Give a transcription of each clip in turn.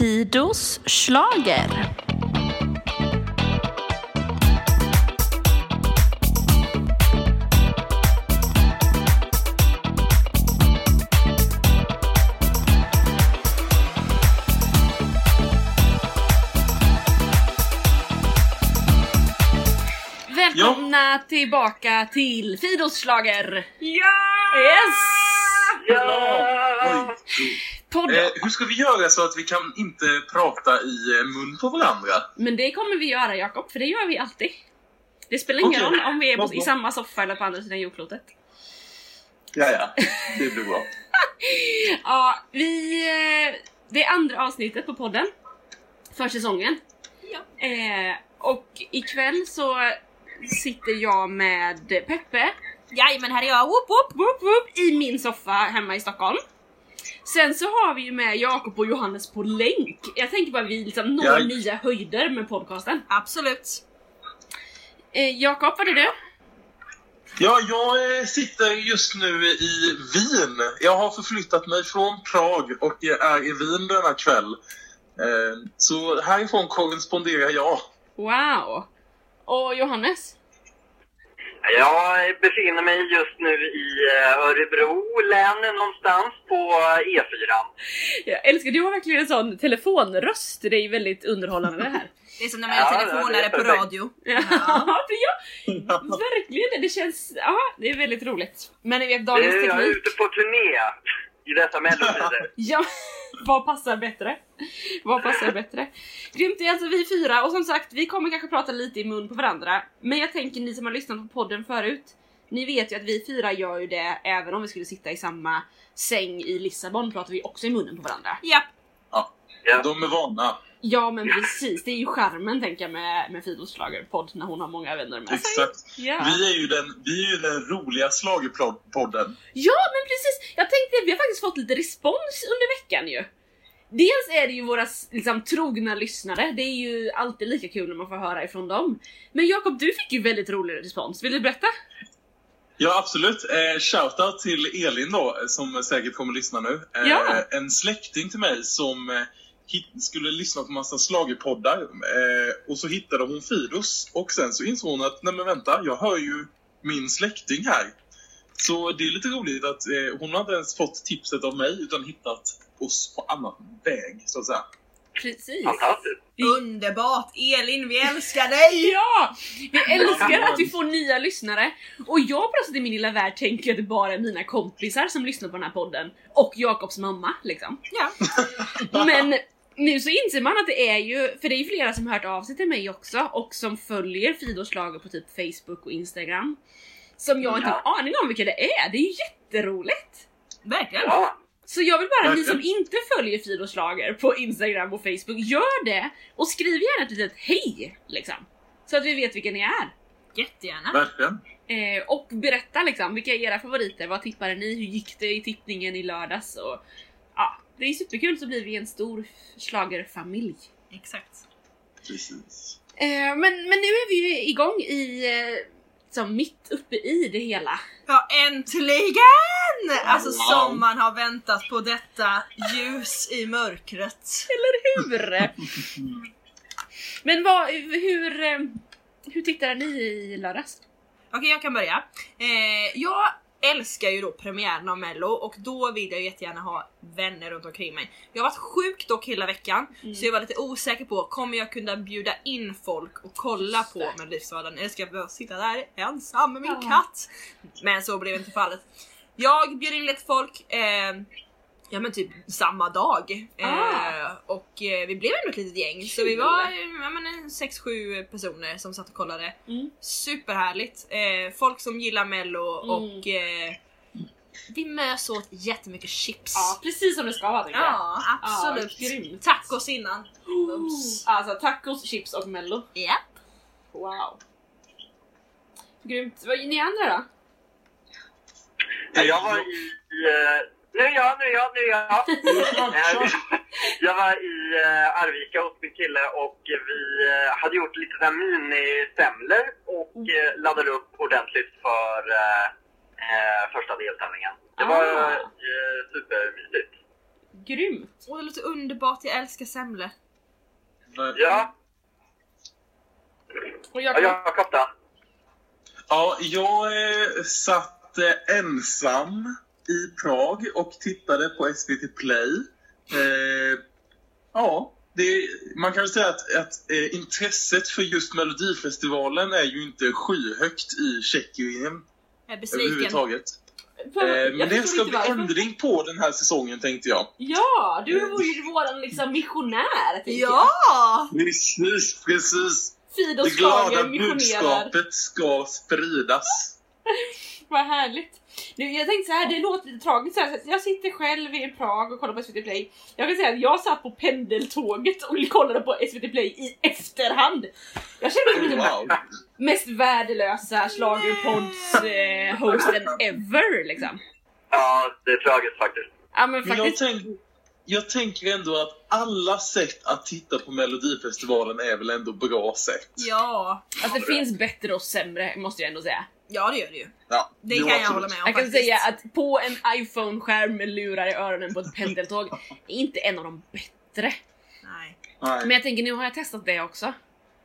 Fidos schlager. Välkomna tillbaka till Fidos schlager. Ja! Yes! Ja! Hur ska vi göra så att vi kan inte prata i mun på varandra? Men det kommer vi göra, Jakob, för det gör vi alltid. Det spelar ingen roll om vi är i samma soffa eller på andra sidan jordklotet. Ja, det blir bra. Ja, det är andra avsnittet på podden för säsongen. Ja. Och ikväll så sitter jag med Peppe. Jajamän, här är jag. Whoop, whoop. Woop, woop, i min soffa hemma i Stockholm. Sen så har vi ju med Jakob och Johannes på länk. Jag tänker bara att vi liksom når nya höjder med podcasten. Absolut. Jakob, vad är du? Ja, jag sitter just nu i Wien. Jag har förflyttat mig från Prag och jag är i Wien denna kväll. Så härifrån korresponderar jag. Wow. Och Johannes? Jag befinner mig just nu i Örebro län någonstans på E4. Jag älskar, du har verkligen en sån telefonröst. Det är ju väldigt underhållande det här. Det är som när man gör telefonare på radio. Ja, verkligen. Det känns, det är väldigt roligt. Men ni vet, dagens teknik. Jag är ute på turné i dessa mellotider. Ja, vad passar bättre? Vad passar bättre? Grymt, är alltså vi fyra. Och som sagt, vi kommer kanske prata lite i mun på varandra. Men jag tänker, ni som har lyssnat på podden förut, ni vet ju att vi fyra gör ju det. Även om vi skulle sitta i samma säng i Lissabon pratar vi också i munnen på varandra. Ja. Ja, de är vana. Ja, men precis. Det är ju charmen, tänker jag, med Fidos schlagerpodd när hon har många vänner med sig. Exakt. Ja. Vi är ju den roliga schlagerpodden. Ja, men precis. Jag tänkte, vi har faktiskt fått lite respons under veckan ju. Dels är det ju våra liksom trogna lyssnare. Det är ju alltid lika kul när man får höra ifrån dem. Men Jakob, du fick ju väldigt rolig respons. Vill du berätta? Ja, absolut. Shoutout till Elin då, som säkert kommer lyssna nu. Ja. En släkting till mig som skulle lyssna på massa schlagerpoddar. Och så hittade hon Fidos. Och sen så insåg hon att, nej men vänta, jag hör ju min släkting här. Så det är lite roligt att hon har inte ens fått tipset av mig utan hittat oss på annan väg, så att säga. Precis. Fantastiskt. Underbart. Elin, vi älskar dig! Ja! Vi älskar att vi får nya lyssnare. Och jag plötsligt i min lilla värld tänker att det bara är mina kompisar som lyssnar på den här podden. Och Jakobs mamma, liksom. Ja. Men nu så inser man att det är ju, för det är ju flera som har hört av sig till mig också. Och som följer Fidos schlager på typ Facebook och Instagram. Som jag inte har aning om vilka det är. Det är ju jätteroligt. Verkligen. Ja. Så jag vill bara, ni som inte följer Fidos schlager på Instagram och Facebook, gör det. Och skriv gärna ett litet hej, liksom. Så att vi vet vilka ni är. Jättegärna. Verkligen. Och berätta liksom, vilka är era favoriter? Vad tippade ni? Hur gick det i tippningen i lördags? Och, ja, det är superkul, så blir vi en stor schlagerfamilj. Exakt. Precis. Men nu är vi ju igång i som mitt uppe i det hela. Ja, äntligen! Alltså som man har väntat på detta ljus i mörkret. Eller hur? Men hur tittade ni i lördags? Okej, jag kan börja. Jag älskar ju då premiären av Mello och då vill jag jättegärna ha vänner runt omkring mig. Jag har varit sjuk dock hela veckan så jag var lite osäker på, kommer jag kunna bjuda in folk och kolla på Melodifestivalen eller ska jag behöva sitta där ensam med min katt? Men så blev inte fallet. Jag bjöd in lite folk ja men typ samma dag och vi blev ändå ett litet gäng så vi var 6-7 personer som satt och kollade. Superhärligt, folk som gillar Mello och vi mös åt jättemycket chips. Ja, precis som det ska vara, tycker jag. Ja, absolut. Grymt. Tacos innan. Alltså tacos, chips och Mello. Japp. Wow. Grymt. Vad är ni andra då? Jag var i... Nu är jag. Jag var i Arvika hos min kille och vi hade gjort lite där mini-semlor och laddade upp ordentligt för första deltävlingen. Det var supermysigt. Grymt. Åh, det låter underbart, jag älskar semlor. Ja, Och ja, Jakob då? Ja, jag satt ensam i Prag och tittade på SVT Play. Ja, man kan väl säga att intresset för just Melodifestivalen är ju inte skyhögt i Tjeckien Jag är besviken. överhuvudtaget. Jag Men det förstår ska inte bli varför. ändring på den här säsongen, tänkte jag. Ja, du var ju våran liksom missionär, tänker jag. Ja! Precis. Fidos Det glada Schlager missionerar. budskapet ska spridas. Vad härligt. Nu, jag tänkte så här, det låter lite tragiskt så här, så jag sitter själv i Prag och kollar på SVT Play. Jag kan säga att jag satt på pendeltåget och kollade på SVT Play i efterhand. Jag kände mig som den mest värdelösa schlagerpods hosten ever liksom. Ja, det är tragiskt faktiskt. Ja, men Men faktiskt. jag tänker ändå att alla sätt att titta på Melodifestivalen är väl ändå bra sätt. Ja. Alltså det finns bättre och sämre, måste jag ändå säga. Ja, det gör det ju. Ja, Det kan jag hålla med om Jag kan faktiskt. säga att på en iPhone-skärm med lurar i öronen på ett pendeltåg är inte en av de bättre. Nej. Men jag tänker, nu har jag testat det också.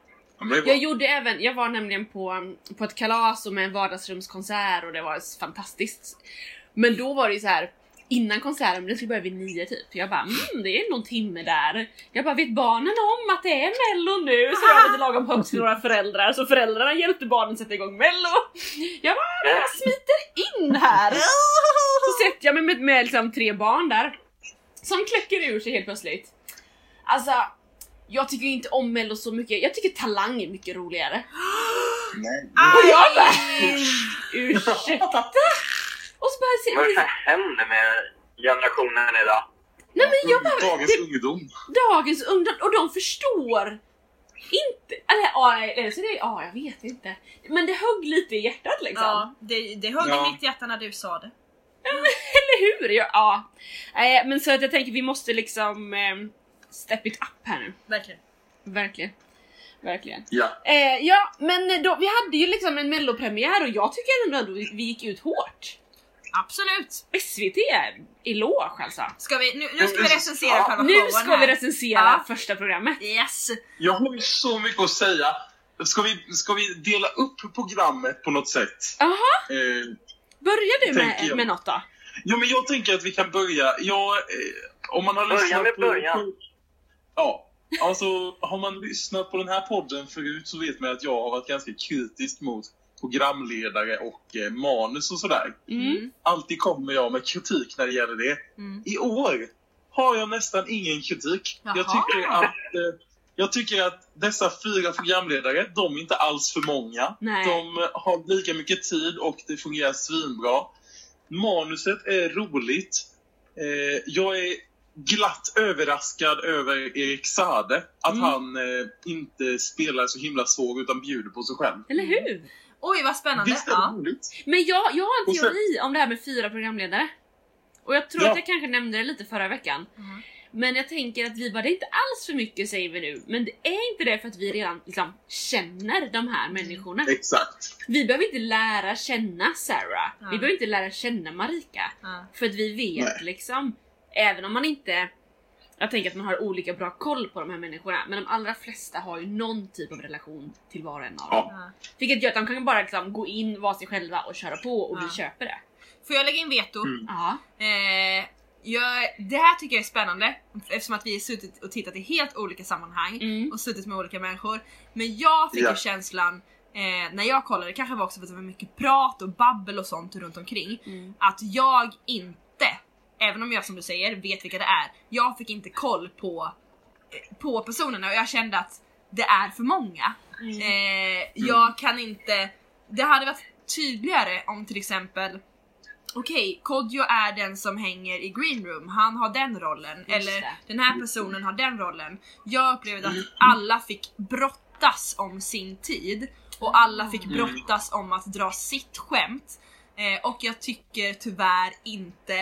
Jag var nämligen på ett kalas och med en vardagsrumskonsert och det var fantastiskt. Men då var det ju så här, innan konserten, det skulle börja vid 9 typ. Jag bara, det är någon timme där. Jag bara, vet barnen om att det är Mello nu? Så jag lite lagom högt till några föräldrar. Så föräldrarna hjälpte barnen sätta igång Mello. Jag bara, jag smiter in här. Så sätter jag mig med liksom 3 barn där. Som kläcker ur sig helt plötsligt. Alltså, jag tycker inte om Mello så mycket. Jag tycker Talang är mycket roligare. Nej. Och jag bara, ursäkta. Och så bara Vad är det som händer med generationen idag? nej men jag bara, Dagens ungdom. dagens ungdom, och de förstår inte, eller så det, jag vet inte. Men det högg lite i hjärtat liksom. Ja, det högg Ja. i mitt hjärta när du sa det. Eller hur? Ja. Men så att jag tänker vi måste liksom step it up här nu. Verkligen. Verkligen. Ja. Ja, men då, vi hade ju liksom en mellopremiär och jag tycker ändå att vi gick ut hårt. Absolut. SVT är eloge alltså. Ska vi, nu ska vi recensera själva Nu showen ska vi här. recensera första programmet. Yes. Jag har ju så mycket att säga. Ska vi dela upp programmet på något sätt? Jaha, Tänker börjar du jag. med något då? Ja, men jag tänker att vi kan börja. Om man har Börja lyssnat med på... början. Ja, alltså har man lyssnat på den här podden förut så vet man att jag har varit ganska kritisk mot programledare och manus och sådär. Alltid kommer jag med kritik när det gäller det. I år har jag nästan ingen kritik. Jaha. Jag tycker att dessa 4 programledare, de är inte alls för många. Nej. De har lika mycket tid och det fungerar svinbra. Manuset är roligt. Jag är glatt överraskad över Erik Saade. Att han inte spelar så himla svår utan bjuder på sig själv. Eller hur? Oj, vad spännande. Visst är det roligt? Men jag har en Och sen- teori om det här med 4 programledare. Och jag tror Ja. att jag kanske nämnde det lite förra veckan. Men jag tänker att det är inte alls för mycket, säger vi nu. Men det är inte det för att vi redan liksom känner de här människorna. Exakt. Vi behöver inte lära känna Sarah. Ja. Vi behöver inte lära känna Marika. Ja. För att vi vet Nej. liksom, även om man inte... Jag tänker att man har olika bra koll på de här människorna. Men de allra flesta har ju någon typ av relation till var och en av dem. Ja. Ja. Vilket gör att de kan bara liksom gå in, vara sig själva och köra på och vi Ja. köper det. Får jag lägga in veto? Ja. Det här tycker jag är spännande eftersom att vi har suttit och tittat i helt olika sammanhang och suttit med olika människor. Men jag fick ju känslan när jag kollade, kanske var också för att det var mycket prat och babbel och sånt runt omkring, att jag inte, även om jag som du säger vet vilka det är, jag fick inte koll på personerna och jag kände att det är för många. Jag kan inte, det hade varit tydligare om till exempel okej, Kodjo är den som hänger i green room, han har den rollen, eller det. den här personen har den rollen. Jag upplevde att alla fick brottas om sin tid och alla fick brottas om att dra sitt skämt. Och jag tycker tyvärr inte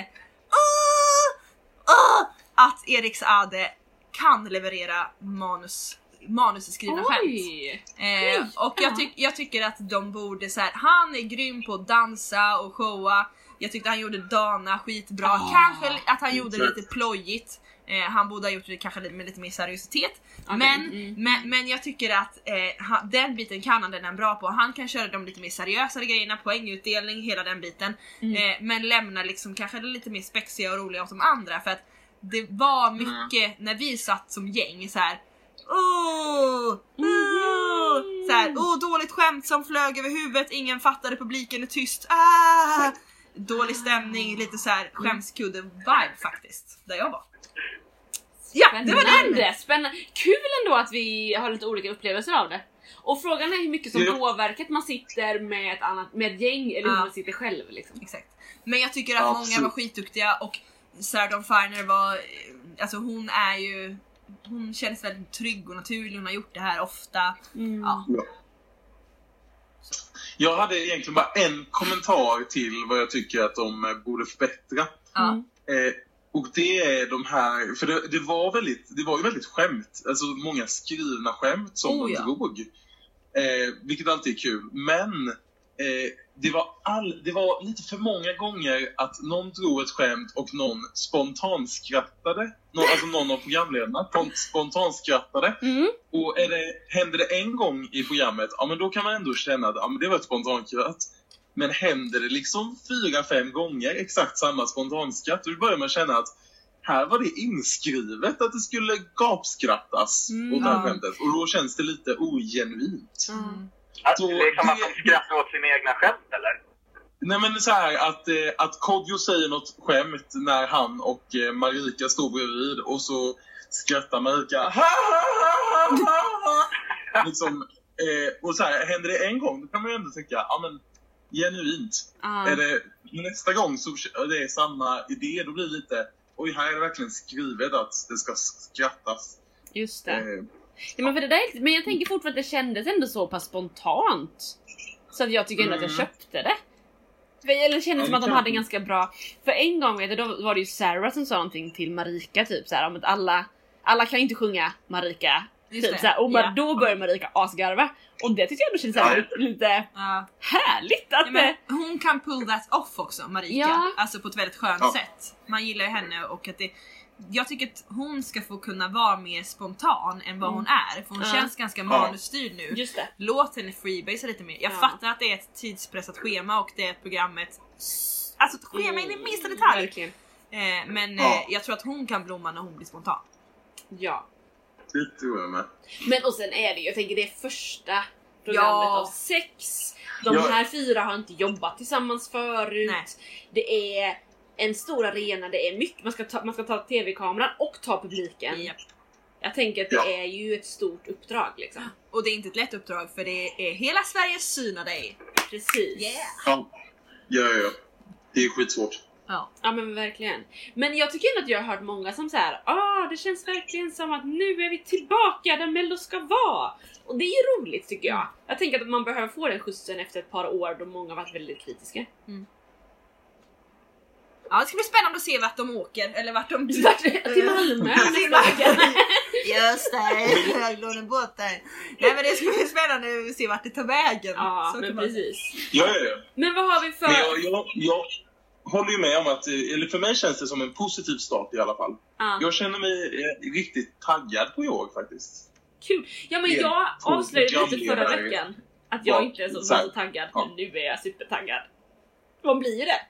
att Erik Saade kan leverera manusskrivna skämt. Oj! Och jag tycker att de borde så här, han är grym på att dansa och showa, Jag tyckte han gjorde Dana skitbra. Kanske att han gjorde det lite plojigt. Han borde ha gjort det kanske med lite mer seriositet. Men jag tycker att den biten kan han den bra på. Han kan köra de lite mer seriösare grejerna, poängutdelning, hela den biten. Men lämna liksom kanske lite mer spexiga och roliga åt de andra. För att det var mycket när vi satt som gäng så här. Dåligt skämt som flög över huvudet. Ingen fattade, publiken är tyst. Dålig stämning, lite så här skämskudde-vibe faktiskt, där jag var. Ja, det var den! Spännande. Kul ändå att vi har lite olika upplevelser av det. Och frågan är hur mycket som påverkat man sitter med ett gäng eller hur man sitter själv liksom. Exakt. Men jag tycker att många var skitduktiga och Sarah Dawn Finer var, alltså hon känns väldigt trygg och naturlig, hon har gjort det här ofta. Jag hade egentligen bara en kommentar till vad jag tycker att de borde förbättra. Och det är de här, för det var ju väldigt skämt, alltså många skrivna skämt som de drog. Vilket alltid är kul, men det var lite för många gånger att någon drog ett skämt och någon spontanskrattade. Alltså någon av programledarna spontanskrattade. Och händer det en gång i programmet, ja men då kan man ändå känna att men det var ett spontanskratt. Men händer det liksom 4-5 gånger exakt samma spontanskratt, då börjar man känna att här var det inskrivet att det skulle gapskrattas åt det här skämtet. Och då känns det lite ogenuint. Så liksom att de skrattar åt sina egna skämt, eller? Nej, men så här att Kodjo säger något skämt när han och Marika står bredvid och så skrattar Marika liksom, och så här, händer det en gång, då kan man ju ändå tycka, ja men genuint. Är det nästa gång så det är samma idé, då blir det lite, oj, här är det verkligen skrivet att det ska skrattas. Just det. Ja, men för det där, men jag tänker fortfarande att det kändes ändå så pass spontant. Så att jag tycker ändå att jag köpte det. Eller det kändes som att de hade ganska bra. För en gång vet jag, då var det ju Sarah som sa någonting till Marika typ så här, om att alla kan inte sjunga Marika. Typ, så här, och då börjar Marika asgarva. Och det tycker jag ändå känns här lite härligt att hon kan pull that off också, Marika. Alltså på ett väldigt skönt sätt. Man gillar ju henne och att jag tycker att hon ska få kunna vara mer spontan än vad hon är. För hon känns ganska manusstyrd nu. Just det. Låt henne freebase lite mer. Jag fattar att det är ett tidspressat schema och det är ett programmet. Alltså ett schema in i minsta detalj. Verkligen. Men jag tror att hon kan blomma när hon blir spontan. Ja. Det tror jag med. Men och sen är det ju, jag tänker det är första programmet av 6. De här 4 har inte jobbat tillsammans förut. Nej. Det är en stor arena, det är mycket, man ska ta tv-kameran och ta publiken. Yep. Jag tänker att det är ju ett stort uppdrag liksom. Och det är inte ett lätt uppdrag, för det är hela Sveriges syn av dig. Precis. Ja. Det är skitsvårt. Ja men verkligen. Men jag tycker ändå att jag har hört många som så här, det känns verkligen som att nu är vi tillbaka där Mello ska vara. Och det är ju roligt tycker jag. Jag tänker att man behöver få den skjutsen efter ett par år då många har varit väldigt kritiska. Ja, det ska bli spännande att se vart de åker. Eller vart de... till Malmö. Just det, jag glömde bort det. Nej, men det ska bli spännande att se vart det tar vägen. Ja, så men precis. Ja. Men vad har vi för... Men jag håller ju med om att, eller för mig känns det som en positiv start i alla fall. Jag känner mig riktigt taggad på i år faktiskt. Kul. Ja, men jag avslöjade lite förra veckan att jag inte är så taggad. Men nu är jag supertaggad. Vad blir det?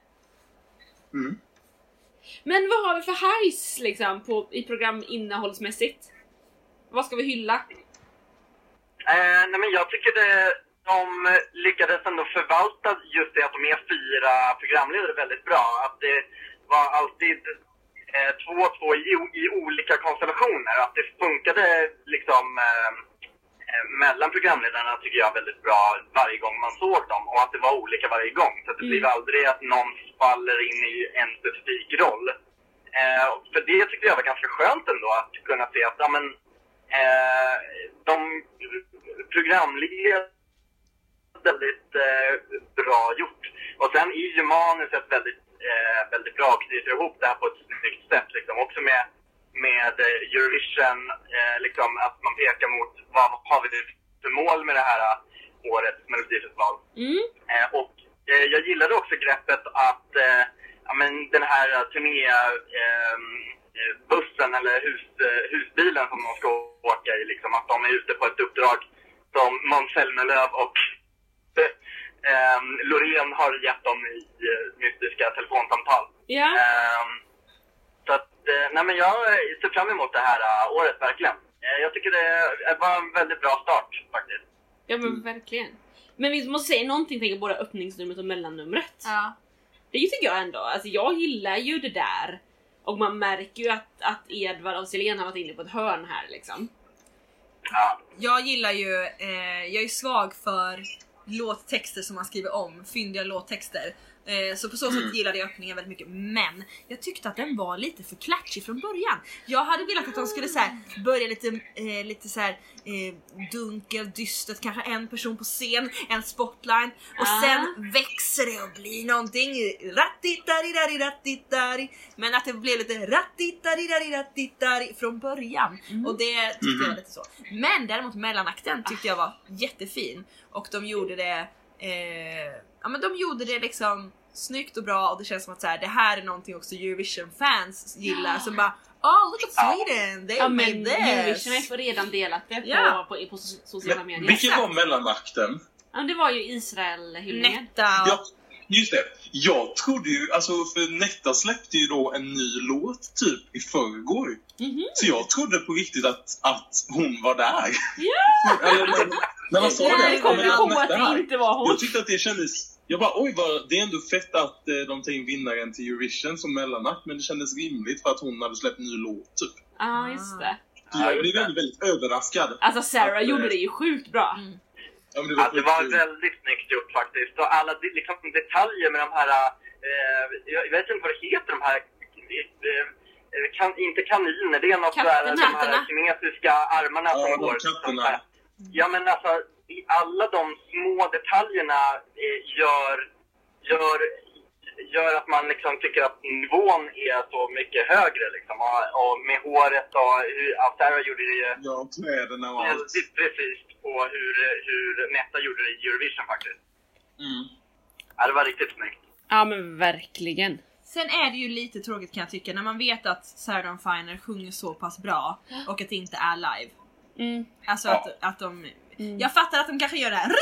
Men vad har vi för highs liksom i program innehållsmässigt? Vad ska vi hylla? Nej, men jag tycker de lyckades ändå förvalta just det att de är 4 programledare väldigt bra. Att det var alltid 2-2 i olika konstellationer. Att det funkade liksom mellan programledarna tycker jag väldigt bra varje gång man såg dem. Och att det var olika varje gång. Så att det blir aldrig att någon faller in i en specifik roll. För det tycker jag var ganska skönt ändå att kunna se att de programledare väldigt bra gjort. Och sen i ju manuset väldigt bra knyter ihop det här på ett snyggt sätt liksom. Också med Eurovision liksom att man pekar mot vad har vi för mål med det här årets Melodifestival. Och jag gillade också greppet att den här turnébussen eller husbilen som de ska åka i, liksom, att de är ute på ett uppdrag som Måns Zelmerlöw och Loreen har gett dem i mystiska telefonsamtal. Ja. Så att, jag ser fram emot det här året verkligen. Jag tycker det var en väldigt bra start faktiskt. Ja men verkligen. Men vi måste säga någonting, tänker både öppningsnumret och mellannumret. Ja. Det tycker jag ändå. Alltså jag gillar ju det där. Och man märker ju att Edvard och Selene har varit inne på ett hörn här liksom. Ja. Jag gillar ju, jag är svag för låttexter som man skriver om, fyndiga låttexter. Så på så sätt gillade jag öppningen väldigt mycket. Men jag tyckte att den var lite för klatschig från början. Jag hade velat att de skulle så här, börja lite så här, dunkel, dystert, kanske en person på scen, en spotlight. Och sen växer det och blir någonting rattitari. Men att det blev lite rattitari från början. Och det tyckte jag var lite så. Men däremot mellanakten tyckte jag var jättefin. Och de gjorde det de gjorde det liksom snyggt och bra, och det känns som att så här, det här är någonting också Eurovision-fans gillar, som bara look at Sweden, they made this. Eurovision är redan delat det på sociala medier. Vilken var mellanakten? Ja, det var ju Israel-hyllningen. Netta. Ja, just det. Jag trodde ju, för Netta släppte ju då en ny låt typ i förrgår. Så jag trodde på riktigt att hon var där. Ja! När man sa Jag kom på att det inte var hon. Jag tyckte att det kändes... Jag bara, det är ändå fett att de tar in vinnaren till Eurovision som mellanakt, men det kändes rimligt för att hon hade släppt ny låt typ. Ja, just det. Så jag blev väldigt överraskad. Alltså Sarah gjorde det ju sjukt bra. Ja, men det var väldigt snyggt gjort faktiskt. Och alla liksom, detaljer med de här, jag vet inte vad det heter, de här, inte kaniner, det är något där, de här kinesiska armarna som går. Katterna. Ja, men alltså, alla de små detaljerna gör att man liksom tycker att nivån är så mycket högre liksom. Och med håret och Sarah gjorde det ju... Ja, kläderna och allt. Precis på hur Netta gjorde det i Eurovision faktiskt. Ja, det var riktigt snyggt. Ja, men verkligen. Sen är det ju lite tråkigt, kan jag tycka, när man vet att Sarah Dawn Finer sjunger så pass bra och att det inte är live. Alltså att de... Jag fattar att de kanske gör det här.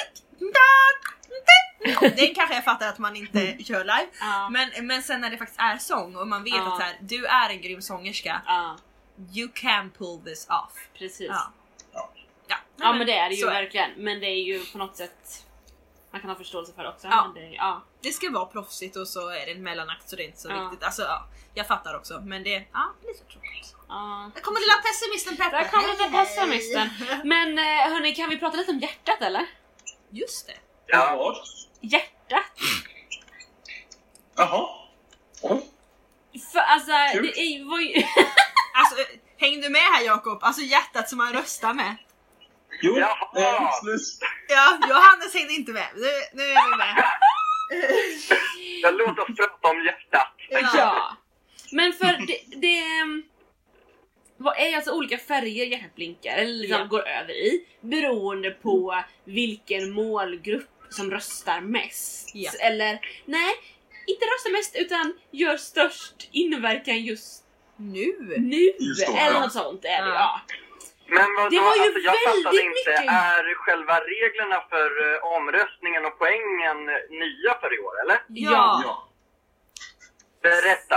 Det kanske jag fattar att man inte kör live. Men sen när det faktiskt är sång och man vet att så här, du är en grym sångerska. You can pull this off. Precis. Ja, men det är det ju så verkligen. Men det är ju på något sätt man kan ha förståelse för det också. Men det ska vara proffsigt, och så är det en mellanakt, så det är inte så viktigt. Alltså jag fattar också, men det är lite tråkigt. Där kommer lilla pessimisten Peppe. Där kommer lilla pessimisten. Men hörni, kan vi prata lite om hjärtat eller? Just det. Ja. Hjärtat. Jaha. För alltså det var ju... Alltså häng du med här Jakob? Alltså hjärtat som man röstar med. Jo, ja, Johannes hängde inte med. Nu är vi med. Jag låter oss prata om hjärtat. Ja. Men för det vad är alltså olika färger hjärtat blinkar eller liksom går över i, beroende på vilken målgrupp som röstar mest. Eller nej, inte röstar mest utan gör störst inverkan just nu just då, eller något sånt är det. Men vad det var ju jag fattade inte, mycket. är själva reglerna för omröstningen och poängen nya för i år, eller? Ja. Berätta.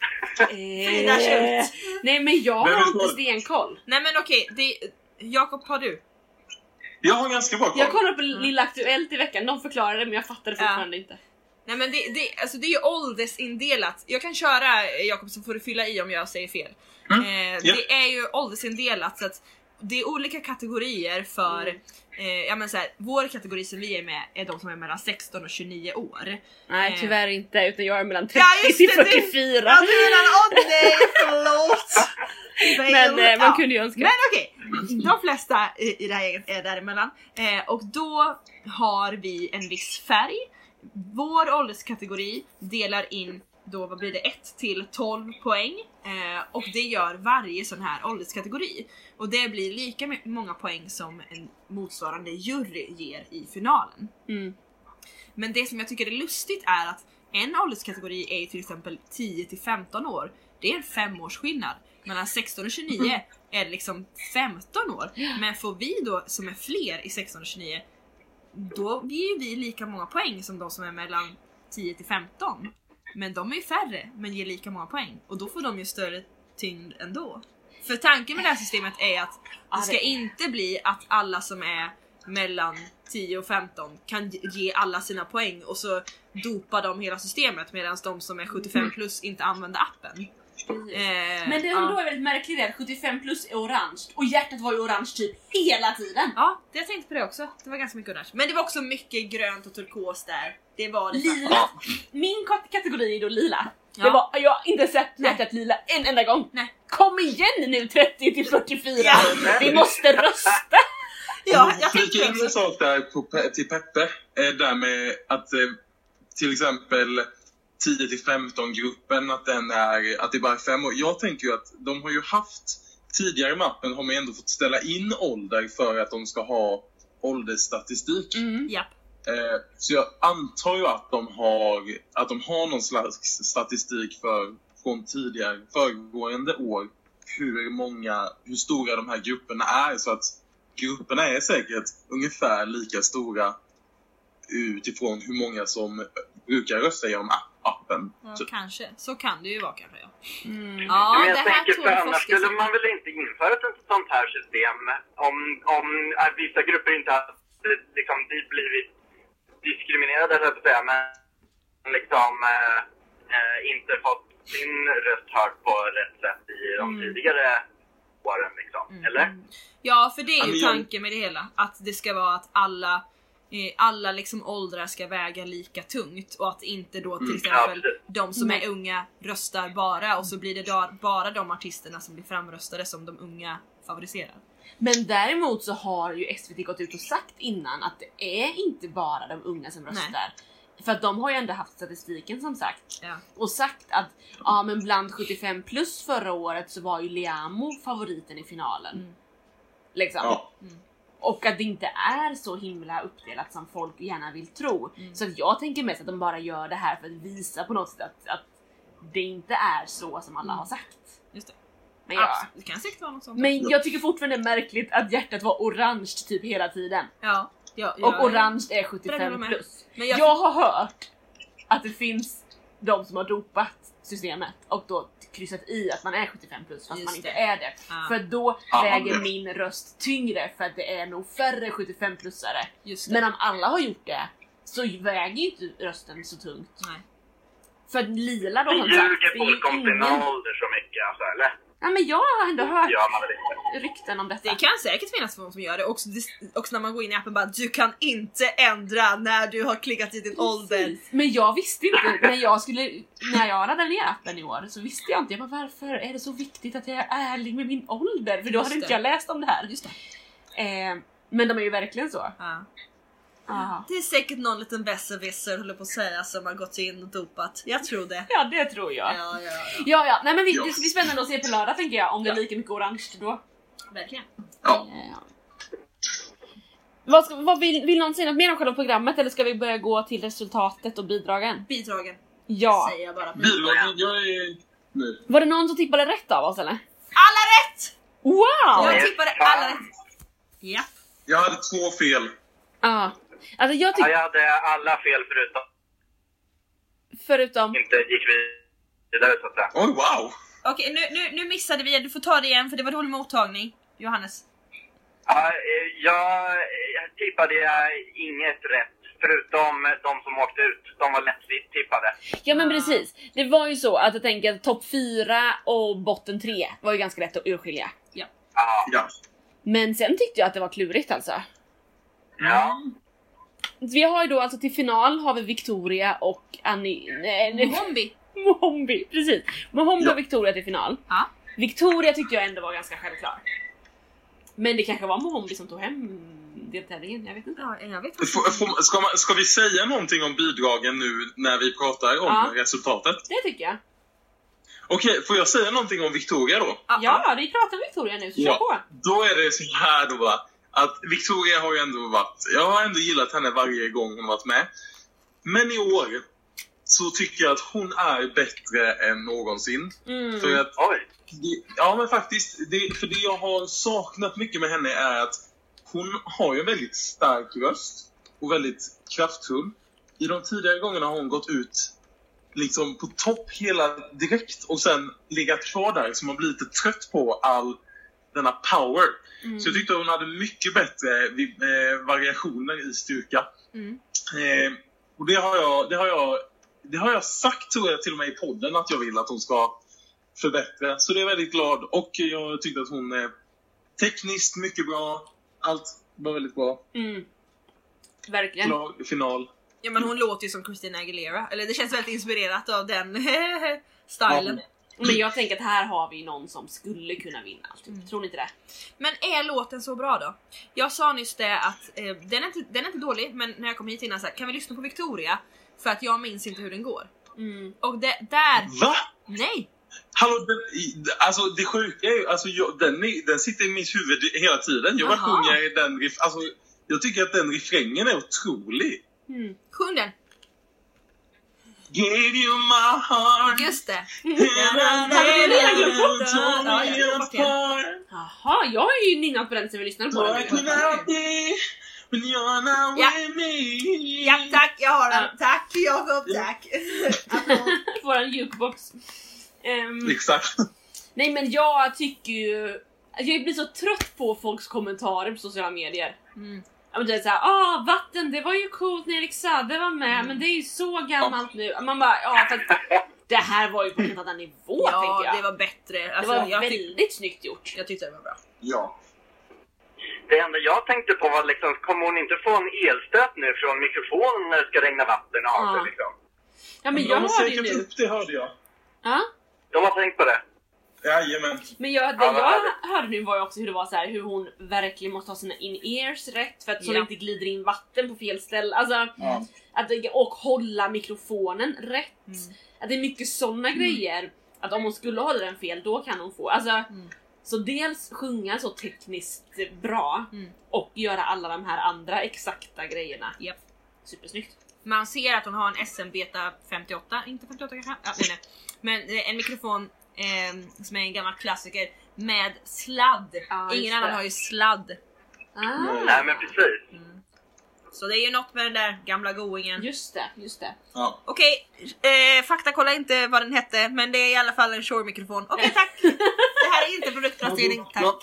Nej, men jag har inte stenkoll. Nej, men okej, Jakob, har du? Jag har ganska bra koll. Jag kollade på Lilla Aktuellt i veckan, de förklarade men jag fattade fortfarande inte. Nej, men det är ju åldersindelat. Jag kan köra, Jakob, så får du fylla i om jag säger fel. Det är ju åldersindelat, så att det är olika kategorier för så här, vår kategori som vi är med är de som är mellan 16 och 29 år. Nej, tyvärr inte, utan jag är mellan 30 till 44. Ja, du är nej, förlåt. Men man kunde ju önska. Men okej, de flesta i det här gänget är däremellan. Och då har vi en viss färg. Vår ålderskategori delar in då, vad blir det, 1 till 12 poäng. Och det gör varje sån här ålderskategori. Och det blir lika många poäng som en motsvarande jury ger i finalen. Men det som jag tycker är lustigt är att en ålderskategori är till exempel 10-15 år. Det är en 5-årsskillnad. Mellan 16 och 29 är det liksom 15 år. Men får vi då som är fler i 16 och 29, då ger vi lika många poäng som de som är mellan 10-15. Men de är ju färre men ger lika många poäng. Och då får de ju större tyngd ändå. För tanken med det här systemet är att det ska inte bli att alla som är mellan 10 och 15 kan ge alla sina poäng och så dopar de hela systemet medan de som är 75 plus inte använder appen. Men det är ändå väldigt märkligt att 75 plus är orange och hjärtat var ju orange typ hela tiden. Ja, jag tänkte på det också. Det var ganska mycket orange. Men det var också mycket grönt och turkos där. Det var det lila. Min kategori är då lila. Ja. Det var, jag har inte sett hjärtat lila en enda gång. Nej. Kom igen nu 30-44. Vi måste rösta. Ja, jag tänkte tänkte en också. sak där till Peppe, där med att till exempel 10-15 gruppen, att det är bara 5 år. Jag tänker ju att de har ju haft tidigare mappen har man ändå fått ställa in ålder för att de ska ha åldersstatistik. Japp. Så jag antar ju att de har någon slags statistik från tidigare föregående år hur stora de här grupperna är, så att grupperna är säkert ungefär lika stora utifrån hur många som brukar rösta genom appen. Ja, kanske. Så kan det ju vara kanske. Ja, Men ja jag det här tänker, tror för jag annars skulle man väl inte införa ett sånt här system om vissa grupper inte har liksom blivit diskriminerade, så att säga, men liksom inte fått sin röst hörd på rätt sätt i de tidigare åren liksom, eller? Ja, för det är ju tanken med det hela. Att det ska vara att alla liksom åldrar ska väga lika tungt och att inte då till exempel de som är unga röstar bara och så blir det bara de artisterna som blir framröstade som de unga favoriserar. Men däremot så har ju SVT gått ut och sagt innan att det är inte bara de unga som röstar. Nej. För att de har ju ändå haft statistiken som sagt. Ja. Och sagt att men bland 75 plus förra året så var ju Liamo favoriten i finalen. Liksom. Ja. Och att det inte är så himla uppdelat som folk gärna vill tro. Så att jag tänker mest att de bara gör det här för att visa på något sätt att det inte är så som alla har sagt. Just det. Men, Det kan säkert vara något sånt. men jag tycker fortfarande det är märkligt att hjärtat var orange typ hela tiden. Ja, Och orange är 75 plus. Men jag har hört att det finns de som har dopat systemet och då kryssat i att man är 75 plus fast Just man inte det. är det. Ja. För då väger min röst tyngre för att det är nog färre 75-plussare. Just det. Men om alla har gjort det så väger ju inte rösten så tungt. Nej. För att lila då Men som sagt, ljuger det är folk om ju sin ingen... ålder så mycket, alltså, eller? Ja, men jag har ändå hört Gör man väl inte? rykten om detta. Det kan säkert finnas folk som gör det. Också när man går in i appen bara, du kan inte ändra när du har klickat i din ålder. Men jag visste inte, när jag laddade ner appen i år så visste jag inte, jag bara, varför är det så viktigt att jag är ärlig med min ålder? För då hade inte jag läst om det här. Just det. Men de är ju verkligen så. Ja. Aha. Det är säkert någon liten besserwisser håller på att säga som har gått in och dopat. Jag tror det. Ja, det tror jag. Ja. Nej, men det ska bli spännande att se på lördag tänker jag, om det är lika mycket orange då. Verkligen. Ja. Vill någon säga något mer om själva programmet eller ska vi börja gå till resultatet och bidragen? Bidragen. Ja. Säger jag bara. Bidragen, jag är nu. Var det någon som tippade rätt av oss eller? Alla rätt! Wow! Jag tippade alla rätt. Ja. Jag hade 2 fel. Ja. Alltså jag Ja, jag hade alla fel förutom inte gick vidare, så att säga. Oj, wow! Okej, nu missade vi. Du får ta det igen för det var dålig mottagning. Johannes. Ja, jag tippade inget rätt, förutom de som åkte ut. De var lätt tippade. Ja men precis. Det var ju så att jag tänker att topp 4 och botten 3 var ju ganska lätt att urskilja. Ja. Ja. Men sen tyckte jag att det var klurigt alltså. Ja. Vi har ju då alltså till final har vi Victoria och Mohombi, precis. Mohombi och Victoria till final. Ja. Victoria tyckte jag ändå var ganska självklar. Men det kanske var Mohombi som tog hem deltävlingen, jag vet inte. Ja, jag vet Ska vi säga någonting om bidragen nu när vi pratar om resultatet? Det tycker jag. Okej, får jag säga någonting om Victoria då? Ja, vi pratar om Victoria nu, så kör på. Då är det så här då att Victoria har ju ändå varit... Jag har ändå gillat henne varje gång hon varit med. Men i år så tycker jag att hon är bättre än någonsin. För att... Ja, men faktiskt. För det jag har saknat mycket med henne är att hon har ju en väldigt stark röst. Och väldigt kraftfull. I de tidigare gångerna har hon gått ut liksom på topp hela direkt. Och sen legat kvar där som har blivit lite trött på all denna power. Så jag tyckte hon hade mycket bättre variationer i styrka. Och det har jag sagt, tror jag, till och med i podden att jag vill att hon ska förbättra. Så det är väldigt glad. Och jag tyckte att hon är tekniskt mycket bra. Allt var väldigt bra. Verkligen. Final. Ja, men hon låter ju som Christina Aguilera. Eller det känns väldigt inspirerat av den stilen. Men jag tänker att här har vi någon som skulle kunna vinna allt. Tror ni inte det? Men är låten så bra då? Jag sa nyss det att den är inte dålig, men när jag kom hit innan så här, kan vi lyssna på Victoria? För att jag minns inte hur den går. Och där... Va? Nej! Hallå, alltså det sjuka är ju, alltså den sitter i mitt huvud hela tiden. Jag bara sjunger den alltså jag tycker att den refrängen är otrolig. Sjung den. Gave you my heart. Just det. Jaha, jag har ju nynnat på den sen vi lyssnade på den. Ja, tack, jag har den. Tack, Jakob, tack. Våran jukebox. Exakt. Nej, men jag tycker ju... Jag blir så trött på folks kommentarer på sociala medier. Ja, men det är såhär, vatten, det var ju coolt när Erik Saade var med, men det är ju så gammalt nu. Man bara, för det här var ju på en annan nivå, tänker jag. Det var bättre. Alltså, det var väldigt snyggt gjort. Jag tyckte det var bra. Ja. Det enda jag tänkte på var liksom, kommer hon inte få en elstöt nu från mikrofonen när det ska regna vatten av sig liksom? Ja, men jag har det ju nu. Upp det hörde jag. Ja. De har tänkt på det. Jajamän. Men jag hörde nu var ju också hur det var så här, hur hon verkligen måste ha sina in-ears rätt för att så det inte glider in vatten på fel ställe. Alltså, och hålla mikrofonen rätt. Att det är mycket sådana grejer. Att om hon skulle hålla den fel, då kan hon få. Alltså, så dels sjunga så tekniskt bra och göra alla de här andra exakta grejerna. Supersnyggt. Man ser att hon har en SM Beta 58, inte 58 kanske? Ja, nej. Men en mikrofon som är en gammal klassiker med sladd. Ingen annan har ju sladd. Nej, men precis. Så det är ju något med den där gamla goingen. Just det. Ja. Okej, fakta kolla inte vad den hette, men det är i alla fall en Shure-mikrofon. Okej, tack! Det här är inte produktplacering, tack.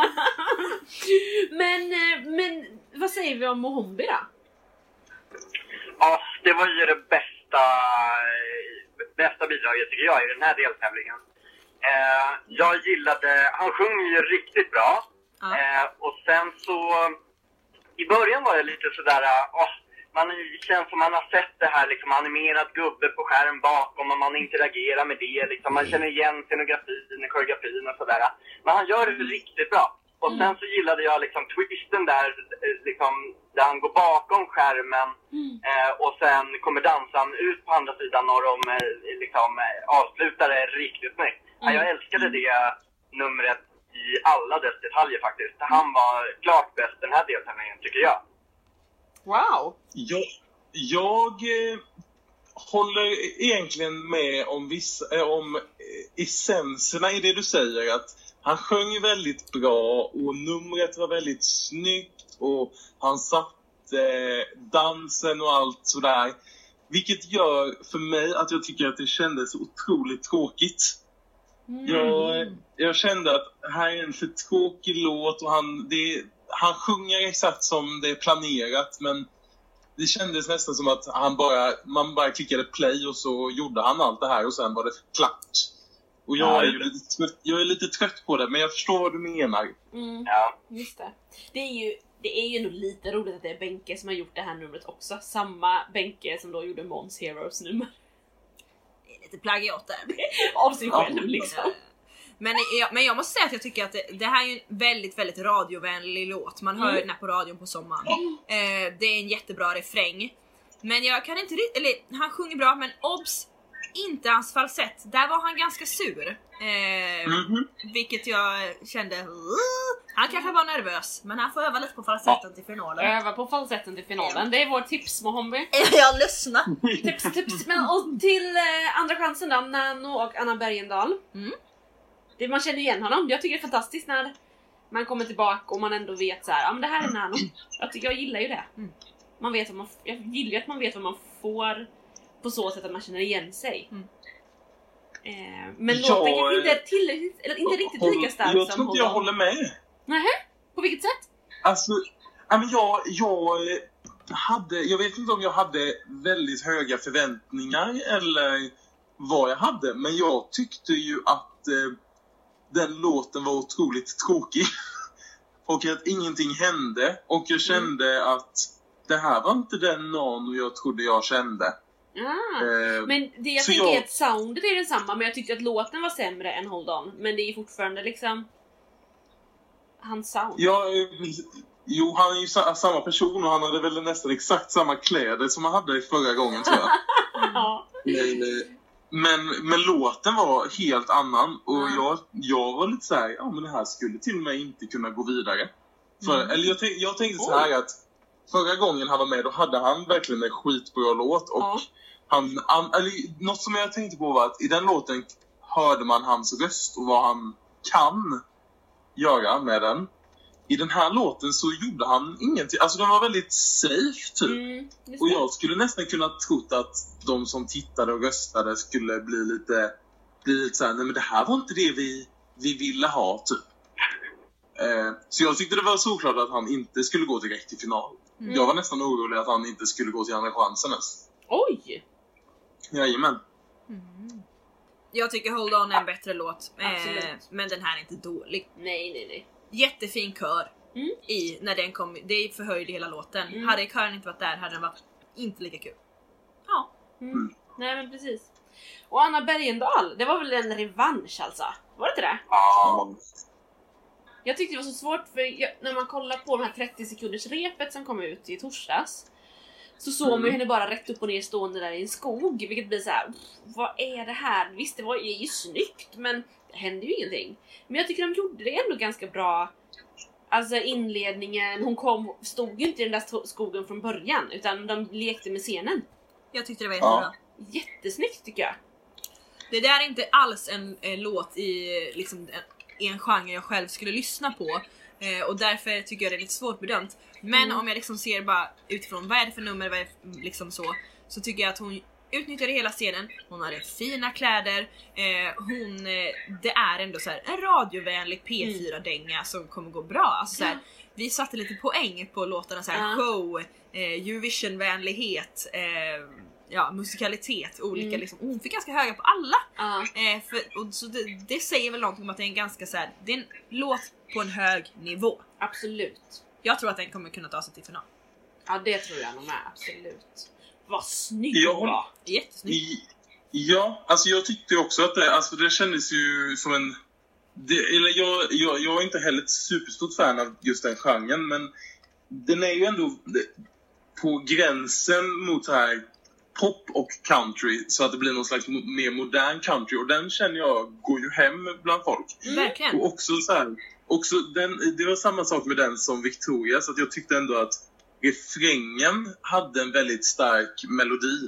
Men vad säger vi om Mohombi då? Ja, det var ju det bästa bidraget tycker jag i den här deltävlingen. Jag gillade, han sjunger ju riktigt bra. Och sen så i början var det lite sådär, man känns som man har sett det här liksom animerad gubbe på skärm bakom och man interagerar med det liksom, man känner igen scenografin, koreografin och sådär. Men han gör det riktigt bra. Och sen så gillade jag liksom twisten där, liksom, där han går bakom skärmen och sen kommer dansan ut på andra sidan och de liksom, avslutar det riktigt snyggt. Jag älskade det numret i alla dess detaljer faktiskt. Han var klart bäst den här deltävlingen tycker jag. Wow! Jag håller egentligen med om essenserna i det du säger, att han sjöng väldigt bra och numret var väldigt snyggt och han satte dansen och allt sådär. Vilket gör för mig att jag tycker att det kändes otroligt tråkigt. Jag kände att här är en för tråkig låt och han sjunger exakt som det är planerat, men det kändes nästan som att man bara klickade play och så gjorde han allt det här och sen var det klart. Och jag är lite trött på det, men jag förstår vad du menar. Ja. Just det. Det är ju nog lite roligt att det är Benke som har gjort det här numret också. Samma Benke som då gjorde Måns Heroes nummer. Det är lite plagiat där. Av sig själv liksom. Men jag måste säga att jag tycker att det här är en väldigt, väldigt radiovänlig låt. Man hör den här på radion på sommaren. Det är en jättebra refräng. Men jag kan inte eller han sjunger bra, men obs, inte hans falsett. Där var han ganska sur. Vilket jag kände, Han kanske var nervös, men han får öva lite på falsetten till finalen. Öva på falsetten till finalen. Det är vårt tips, Mohombi. Jag lyssnar. Tips. Men och till andra chansen då, Nano och Anna Bergendahl. Man känner igen honom. Jag tycker det är fantastiskt när man kommer tillbaka och man ändå vet så här, ja men det här är Nano. Jag gillar ju det. Man vet jag gillar ju att man vet vad man får på så sätt att man känner igen sig. Men låten kanske inte riktigt lika stark jag som tror inte jag håller med. Nähä? På vilket sätt? Alltså, jag vet inte om jag hade väldigt höga förväntningar eller vad jag hade, men jag tyckte ju att den låten var otroligt tråkig och att ingenting hände, och jag kände att det här var inte den Nano jag trodde jag kände. Men det jag tänker är att soundet är densamma, men jag tyckte att låten var sämre än Hold On, men det är fortfarande liksom hans sound. Jo, han är ju samma person och han hade väl nästan exakt samma kläder som han hade förra gången, tror jag. Men låten var helt annan, och jag var lite så här, ja men det här skulle till och med inte kunna gå vidare. Eller jag tänkte så här att förra gången han var med, då hade han verkligen en skitbra låt, och något som jag tänkte på var att i den låten hörde man hans röst och vad han kan göra med den. I den här låten så gjorde han ingenting. Alltså den var väldigt safe typ. Och jag skulle nästan kunna trott att de som tittade och röstade skulle bli lite såhär, nej men det här var inte det vi ville ha typ. Så jag tyckte det var såklart att han inte skulle gå direkt till final. Jag var nästan orolig att han inte skulle gå till andra chansen ens. Oj! Jajamän. Jag tycker Hold On är en bättre låt. Absolut. Men den här är inte dålig. Nej. Jättefin kör när den kom. Det förhöjde hela låten. Hade kören inte varit där hade den varit inte lika kul. Ja. Nej men precis. Och Anna Bergendahl, det var väl en revansch alltså? Var det inte det? Ja. Jag tyckte det var så svårt, för när man kollar på de här 30 sekunders repet som kom ut i torsdags, så såg man ju henne bara rätt upp och ner stående där i en skog, vilket blir så här: vad är det här? Visst, det är ju snyggt, men det hände ju ingenting. Men jag tycker de gjorde det ändå ganska bra. Alltså inledningen, hon stod ju inte i den där skogen från början, utan de lekte med scenen. Jag tyckte det var jättebra. Jättesnyggt tycker jag. Det där är inte alls en låt i liksom en genre jag själv skulle lyssna på, och därför tycker jag det är lite svårt bedömt. Men om jag liksom ser bara utifrån vad är det för nummer, vad är liksom så tycker jag att hon utnyttjade hela scenen. Hon hade fina kläder, det är ändå så här en radiovänlig P4-dänga som kommer gå bra. Alltså så här, vi satte lite poäng på låtarna, så här show, Eurovision-vänlighet, musikalitet, olika liksom. Hon fick ganska höga på alla. Så det säger väl någonting om att det är en ganska så här, det är en låt på en hög nivå. Absolut. Jag tror att den kommer kunna ta sig till final. Ja, det tror jag nog med, absolut. Vad snyggt det var. Jättesnyggt. Ja, alltså jag tyckte också att det kändes ju som en... Jag är inte heller ett superstort fan av just den genren, men den är ju ändå på gränsen mot så här pop och country, så att det blir någon slags mer modern country, och den känner jag går ju hem bland folk. Verkligen. Och också så här, det var samma sak med den som Victoria, så att jag tyckte ändå att refrängen hade en väldigt stark melodi.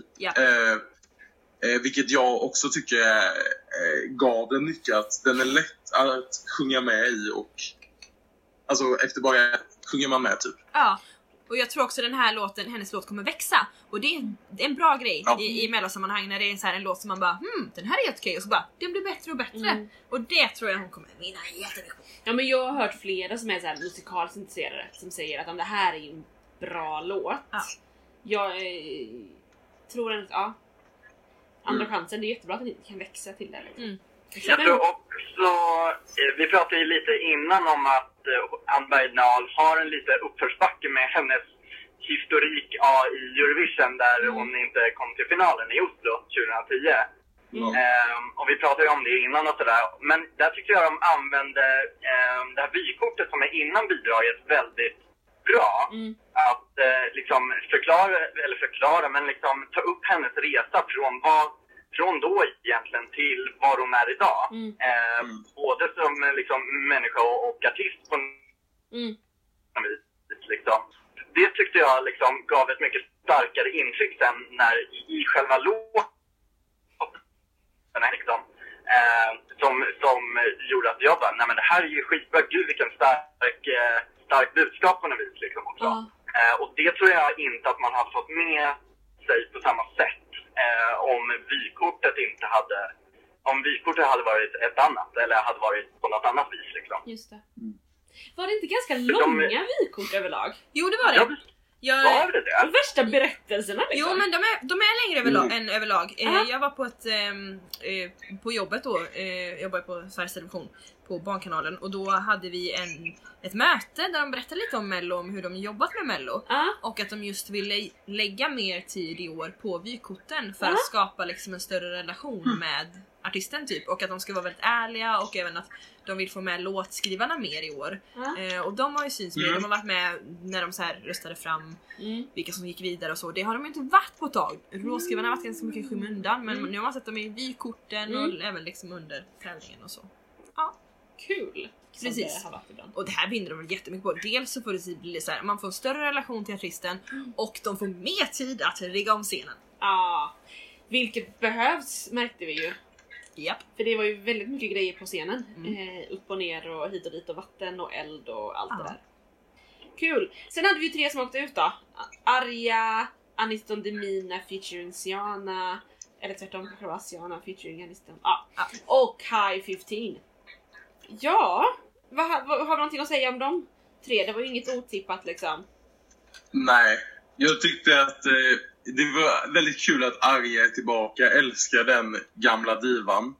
Vilket jag också tycker gav den mycket, att den är lätt att sjunga med i, och alltså efter bara sjunger man med typ. Ja. Och jag tror också den här låten, hennes låt kommer växa. Och det är en bra grej i mellansammanhang, när det är en låt som man bara, den här är helt okej. Och så bara, den blir bättre och bättre. Och det tror jag hon kommer vinna jättemycket. Ja, men jag har hört flera som är så här musikaliskt intresserade som säger att om det här är ju en bra låt. Jag tror att andra chansen, det är jättebra att den kan växa till det. Liksom. Jag tror också, vi pratade ju lite innan om att Anna Bergendahl har en lite uppförsbacke med hennes historik i Eurovision, där hon inte kom till finalen i Oslo 2010. Och vi pratade ju om det innan och sådär. Men där tycker jag de använde det här vykortet som är innan bidraget väldigt bra. Att liksom förklara, men liksom ta upp hennes resa från då egentligen till var hon är idag. Både som liksom människa och artist på Liksom. Det tyckte jag liksom gav ett mycket starkare intryck sen när i själva låten liksom, som gjorde att jag bara, nej men det här är ju skitbra, gud vilken stark budskap på något vis liksom också. Och det tror jag inte att man hade fått med sig på samma sätt om vykortet hade varit ett annat eller hade varit på något annat vis liksom. Just det. Var det inte ganska långa vykort överlag? Jo, det var det. Var det det? De värsta berättelserna liksom. Jo, men de är längre än överlag. Jag var på på jobbet då, jobbade på Sveriges Television på Barnkanalen, och då hade vi ett möte där de berättade lite om Mello, om hur de jobbat med Mello, och att de just ville lägga mer tid i år på vykorten för att skapa liksom en större relation med artisten typ, och att de ska vara väldigt ärliga, och även att de vill få med låtskrivarna mer i år. Och de har ju syns med, de har varit med när de så här röstade fram vilka som gick vidare och så. Det har de inte varit på ett tag. Låtskrivarna har varit ganska mycket i skymundan, men nu har man sett dem i vykorten och även liksom under tävlingen och så. Ja, kul. Precis. Och det här vinner de väl jättemycket på. Dels så får det bli så här, man får en större relation till artisten, och de får mer tid att rigga om scenen. Ja, vilket behövs, märkte vi ju. Japp. För det var ju väldigt mycket grejer på scenen. Upp och ner och hit och dit, och vatten och eld och allt det där. Kul. Sen hade vi ju 3 som åkte ut då. Arja, Aniston Demina featuring Siana, eller tvärtom kanske det var Siana featuring Aniston. Och High 15. Ja, har vi någonting att säga om dem 3? Det var ju inget otippat liksom. Nej, jag tyckte att det var väldigt kul att Arja är tillbaka. Jag älskar den gamla divan.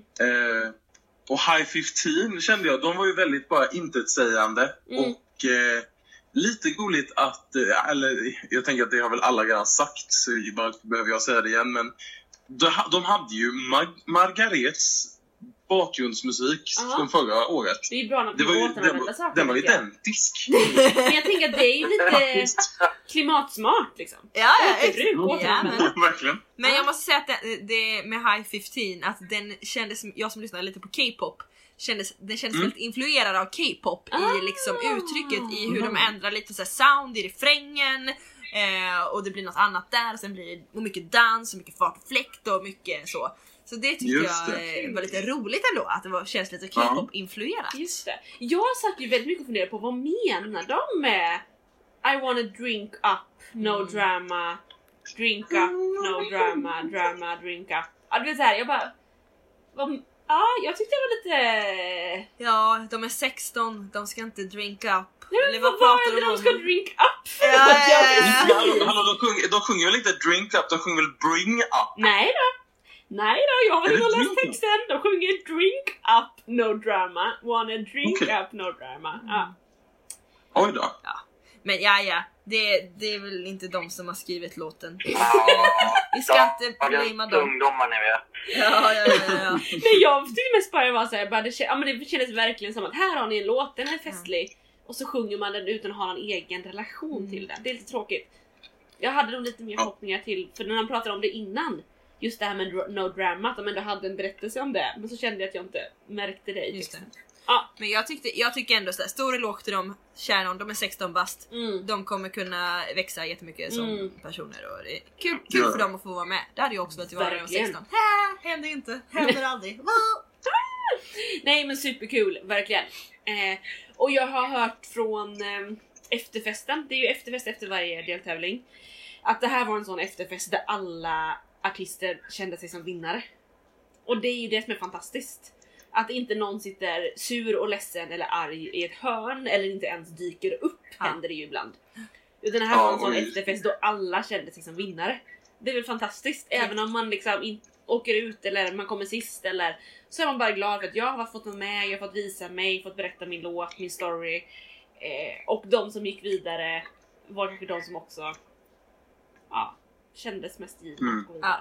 Och High 15 kände jag, de var ju väldigt bara intetsägande. Och lite roligt att, eller jag tänker att det har väl alla redan sagt, så behöver jag säga det igen. Men de hade ju Margarets bakgrundsmusik från förra året. Det är ju bra när man återanvänder saker. Den var identisk. Men jag tänker att det är ju lite klimatsmart liksom. Ja, verkligen. Men jag måste säga att det med High 15, att den kändes, jag som lyssnade lite på K-pop, den kändes väldigt influerad av K-pop i liksom uttrycket, i hur de ändrar lite så här sound i refrängen, och det blir något annat där, och sen blir det mycket dans och mycket fart och fläkt och mycket så. Så det tyckte jag var lite roligt ändå, att det känns lite K-pop-influerat. Just det. Jag satt ju väldigt mycket och funderade på, vad menar de med I wanna drink up, no drama, drink up, no drama, drama, drink up. Ja, det är så här, jag bara... jag tyckte det var lite... Ja, de är 16, de ska inte drink up. Eller vad pratar de om? De ska drink up. Hallå, de sjunger väl inte drink up, de sjunger väl bring up? Nej då, jag har inte läst texten. De sjunger drink up, no drama. Wanna drink up, no drama. Oj då. Ja. Men det är väl inte de som har skrivit låten. Vi ska inte blamea dem. Ungdomar ni vet. Ja. Nej, jag tyckte mest bara det var så här, men det kändes verkligen som att här har ni en låt, den är festlig. Och så sjunger man den utan att ha en egen relation till den. Det är lite tråkigt. Jag hade nog lite mer förhoppningar till, för när man pratade om det innan, just det här med no drama, att de ändå hade en berättelse om det. Men så kände jag att jag inte märkte det i texten. Men jag tycker ändå såhär, stor eloge till dem, Shannon, de är 16 bast. De kommer kunna växa jättemycket som personer, och det är kul för dem att få vara med. Det hade jag också velat vara när jag var 16. Händer inte, händer aldrig. Nej, men superkul, verkligen. Och jag har hört från efterfesten, det är ju efterfest efter varje deltävling, att det här var en sån efterfest där alla artister kände sig som vinnare. Och det är ju det som är fantastiskt. Att inte någon sitter sur och ledsen eller arg i ett hörn, eller inte ens dyker upp, händer det ju ibland. Utan det här var en sån efterfest då alla kände sig som vinnare. Det är väl fantastiskt, även om man liksom åker ut eller man kommer sist, eller så är man bara glad för att jag har fått vara med, jag har fått visa mig, fått berätta min låt, min story. Och de som gick vidare var kanske de som också kändes mest givna att gå vidare.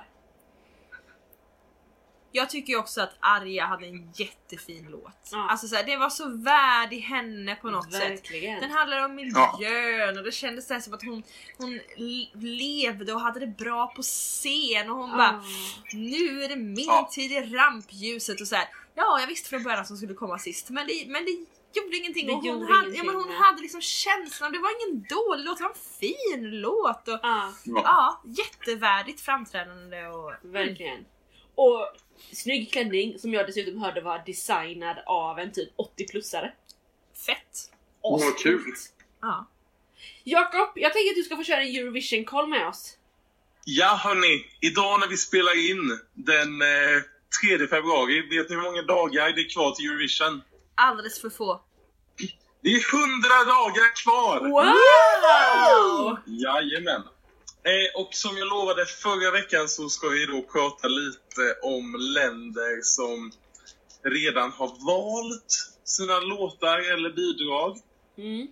Jag tycker ju också att Arja hade en jättefin låt. Alltså såhär, det var så värdig henne på något sätt. Den handlar om miljön och det kändes så som att hon levde och hade det bra på scen. Och hon bara, nu är det min tid i rampljuset och så här. Ja, jag visste från början att hon skulle komma sist. Men det gjorde ingenting. Det Och gjorde hon ingenting, hade liksom känslan. Det var ingen dålig låt, det var en fin låt. Och, Ja, jättevärdigt framträdande. Och, verkligen. Och snygg klänning som jag dessutom hörde var designad av en typ 80-plussare. fett. Vad kul. Ja. Jakob, jag tänker att du ska få köra en Eurovision-call med oss. Ja hörni, idag när vi spelar in den 3 februari, vet ni hur många dagar det är kvar till Eurovision? Alldeles för få. Det är 100 dagar kvar! Wow! Jajamän. Och som jag lovade förra veckan så ska vi då prata lite om länder som redan har valt sina låtar eller bidrag. Mm.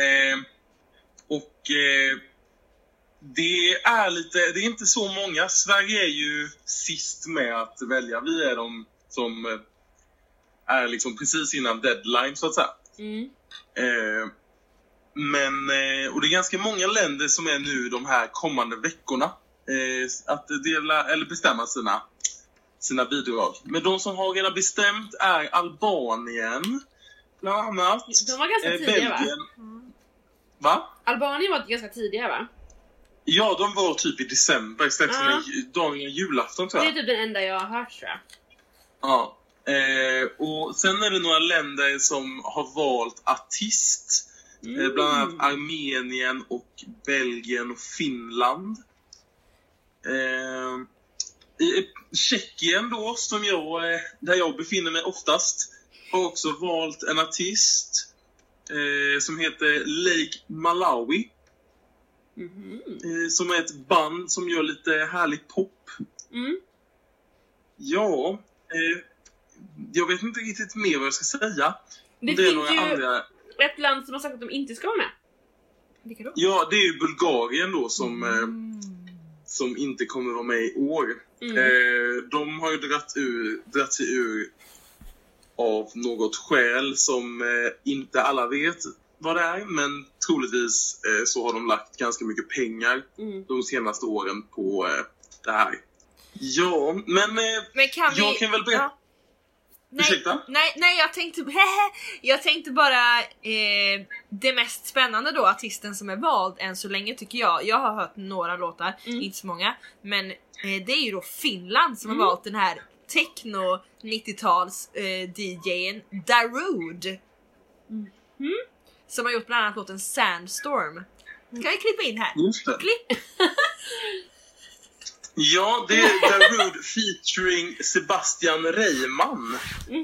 Det är inte så många. Sverige är ju sist med att välja. Vi är de som är liksom precis innan deadline så att säga. Mm. Och det är ganska många länder som är nu de här kommande veckorna att dela eller bestämma sina bidrag. Men de som har redan bestämt är Albanien bland annat. De var ganska tidiga, Belgien. Va? Albanien var ganska tidiga, va? Ja, de var typ i december, strax innan dagen julafton tror Det är jag. typ den enda jag har hört, tror jag. Ja. Och sen är det några länder som har valt artist. Bland annat Armenien och Belgien och Finland. I Tjeckien då, där jag befinner mig oftast, har också valt en artist som heter Lake Malawi. Som är ett band som gör lite härlig pop. Ja, jag vet inte riktigt mer vad jag ska säga. Det är finns några ju andra... ett land som har sagt att de inte ska vara med. Vilka då? Ja, det är ju Bulgarien då som inte kommer vara med i år. De har ju dratt sig ur av något skäl som inte alla vet vad det är, men troligtvis så har de lagt ganska mycket pengar de senaste åren på det här. Ja, men kan vi... jag kan väl berätta... Ja. Ursäkta? Nej, jag tänkte bara det mest spännande då, artisten som är vald än så länge tycker jag. Jag har hört några låtar, inte så många, men det är ju då Finland som har valt den här techno 90-tals DJ:n Darude. Som har gjort bland annat låten Sandstorm. Kan vi klippa in här? Just det. Klipp. Ja, det är Darude featuring Sebastian Reimann.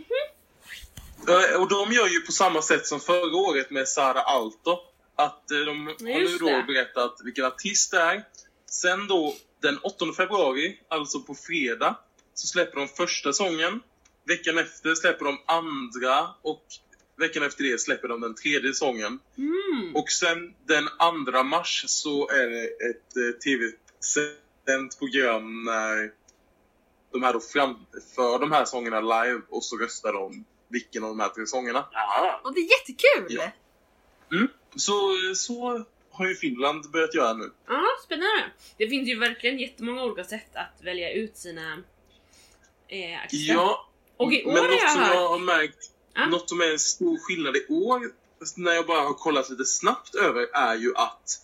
Och de gör ju på samma sätt som förra året med Sara Alto. Att de har nu då berättat vilken artist det är. Sen då den 8 februari, alltså på fredag, så släpper de första sången. Veckan efter släpper de andra. Och veckan efter det släpper de den tredje sången. Och sen den 2 mars så är det ett tv-sänt program när de här då framför de här sångerna live och så röstar de vilken av de här 3 sångerna. Ja. Och det är jättekul! Ja. Så har ju Finland börjat göra nu. Ja, spännande. Det finns ju verkligen jättemånga olika sätt att välja ut sina artister. Ja, och i år men något som hört... jag har märkt, något som är en stor skillnad i år, när jag bara har kollat lite snabbt över, är ju att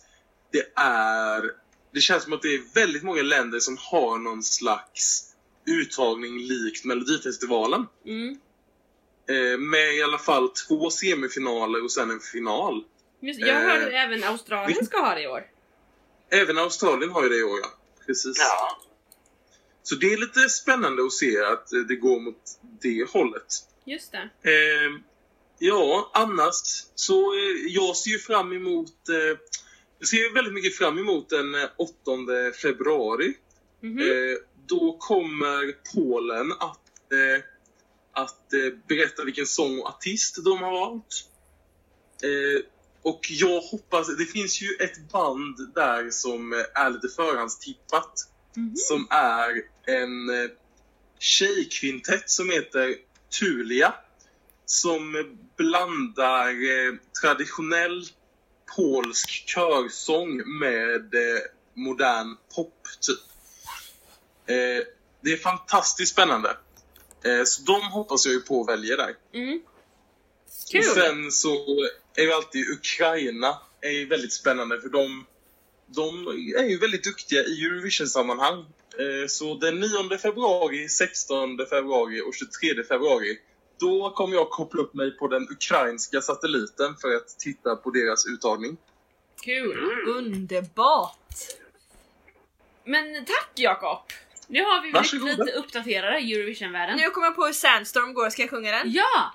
det känns som att det är väldigt många länder som har någon slags uttagning likt Melodifestivalen. Med i alla fall 2 semifinaler och sen en final. Just, jag hörde även Australien ska ha det i år. Även Australien har ju det i år, ja. Precis. Ja. Så det är lite spännande att se att det går mot det hållet. Just det. Ja, annars så jag ser ju fram emot... jag ser väldigt mycket fram emot den 8 februari. Då kommer Polen att berätta vilken sång och artist de har valt. Och jag hoppas... Det finns ju ett band där som är lite förhandstippat. Som är en tjejkvintett som heter Tulia. Som blandar traditionell polsk körsång med modern pop typ. Det är fantastiskt spännande. Så de hoppas jag ju på att välja där. Kul. Sen så är ju alltid Ukraina är väldigt spännande för de är ju väldigt duktiga i Eurovision-sammanhang. Så den 9 februari, 16 februari och 23 februari då kommer jag koppla upp mig på den ukrainska satelliten för att titta på deras uttagning. Kul. Underbart! Men tack Jakob! Nu har vi Varsågoda. lite uppdaterade Eurovision-världen. Nu kommer jag på hur Sandstorm går, ska jag sjunga den? Ja!